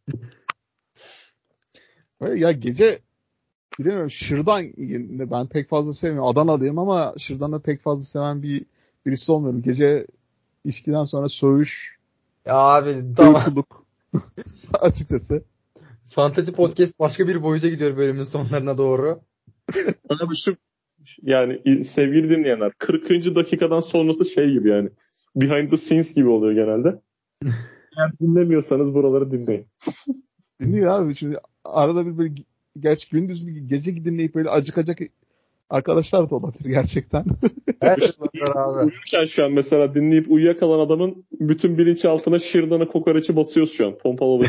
Speaker 3: Ve ya gece bilemiyorum Şırdan ben pek fazla sevmiyorum. Adanalıyım ama Şırdan'ı pek fazla seven birisi olmuyorum. Gece içkiden sonra söğüş,
Speaker 1: ya abi tamam.
Speaker 3: uykuluk açıkçası.
Speaker 1: Fantasy Podcast başka bir boyuta gidiyor bölümün sonlarına doğru.
Speaker 2: Abi şu yani sevgili dinleyenler 40. dakikadan sonrası şey gibi yani. Behind the scenes gibi oluyor genelde. Eğer dinlemiyorsanız buraları dinleyin.
Speaker 3: Dinliyor abi. Şimdi arada bir böyle gerçi gündüz bir gece dinleyip böyle acıkacak arkadaşlar da olabilir gerçekten.
Speaker 1: Evet Ömer abi.
Speaker 2: Uyurken şu an mesela dinleyip uyuyakalan adamın bütün bilinçaltına şırdana kokoreçi basıyoruz şu an. Pompaladık.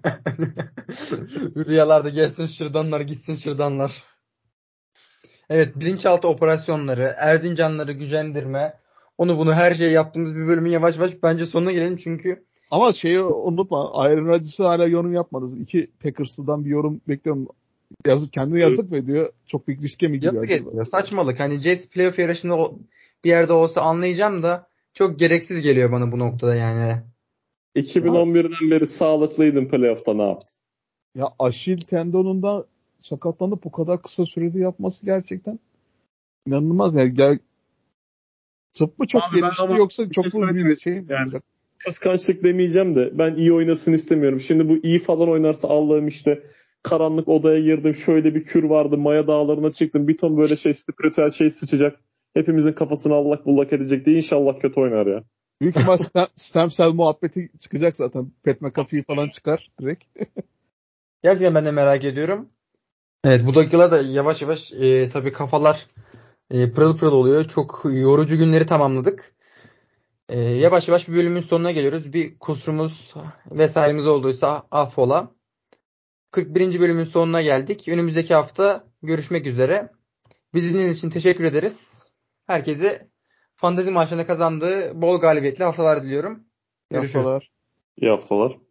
Speaker 1: Rüyalarda gelsin şırdanlar gitsin şırdanlar. Evet bilinçaltı operasyonları, Erzincanları gücendirme. Onu bunu her şey yaptığımız bir bölümün yavaş yavaş bence sonuna gelelim çünkü
Speaker 3: Ama şeyi unutma. Aaron Rodgers'ı hala yorum yapmadınız. İki Packers'dan bir yorum bekliyorum. Kendine yazık mı ediyor? Çok büyük riske mi giriyor
Speaker 1: yazık
Speaker 3: acaba?
Speaker 1: etmiyor. Saçmalık. Hani Jets playoff yarışında bir yerde olsa anlayacağım da çok gereksiz geliyor bana bu noktada yani.
Speaker 2: 2011'den beri sağlıklıydın playoff'ta ne yaptın?
Speaker 3: Ya Aşil tendonunda sakatlanıp bu kadar kısa sürede yapması gerçekten inanılmaz. Yani tıp mı çok
Speaker 2: Abi ben
Speaker 3: gelişti
Speaker 2: ama
Speaker 3: yoksa
Speaker 2: bir şey
Speaker 3: çok mu
Speaker 2: söyleyeyim mi?
Speaker 3: bir şey mi
Speaker 2: Yani
Speaker 3: olacak?
Speaker 2: kıskançlık demeyeceğim de ben iyi oynasın istemiyorum. Şimdi bu iyi falan oynarsa Allah'ım işte karanlık odaya girdim. Şöyle bir kür vardı. Maya dağlarına çıktım. Bir ton böyle şey spiritüel şey sıçacak. Hepimizin kafasını allak bullak edecek diye inşallah kötü oynar ya.
Speaker 3: Büyük ihtimal stem cell muhabbeti çıkacak zaten. Pat McAfee falan çıkar direkt.
Speaker 1: Gerçekten ben de merak ediyorum. Evet bu dakikalarda yavaş yavaş tabii kafalar pırıl pırıl oluyor. Çok yorucu günleri tamamladık. Yavaş yavaş bir bölümün sonuna geliyoruz. Bir kusurumuz vesairemiz olduysa affola. 41. bölümün sonuna geldik. Önümüzdeki hafta görüşmek üzere. Bizi dinlediğiniz için teşekkür ederiz. Herkese fantezi maçlarında kazandığı bol galibiyetli haftalar diliyorum. Görüşürüz.
Speaker 3: Yapsalar.
Speaker 2: İyi haftalar.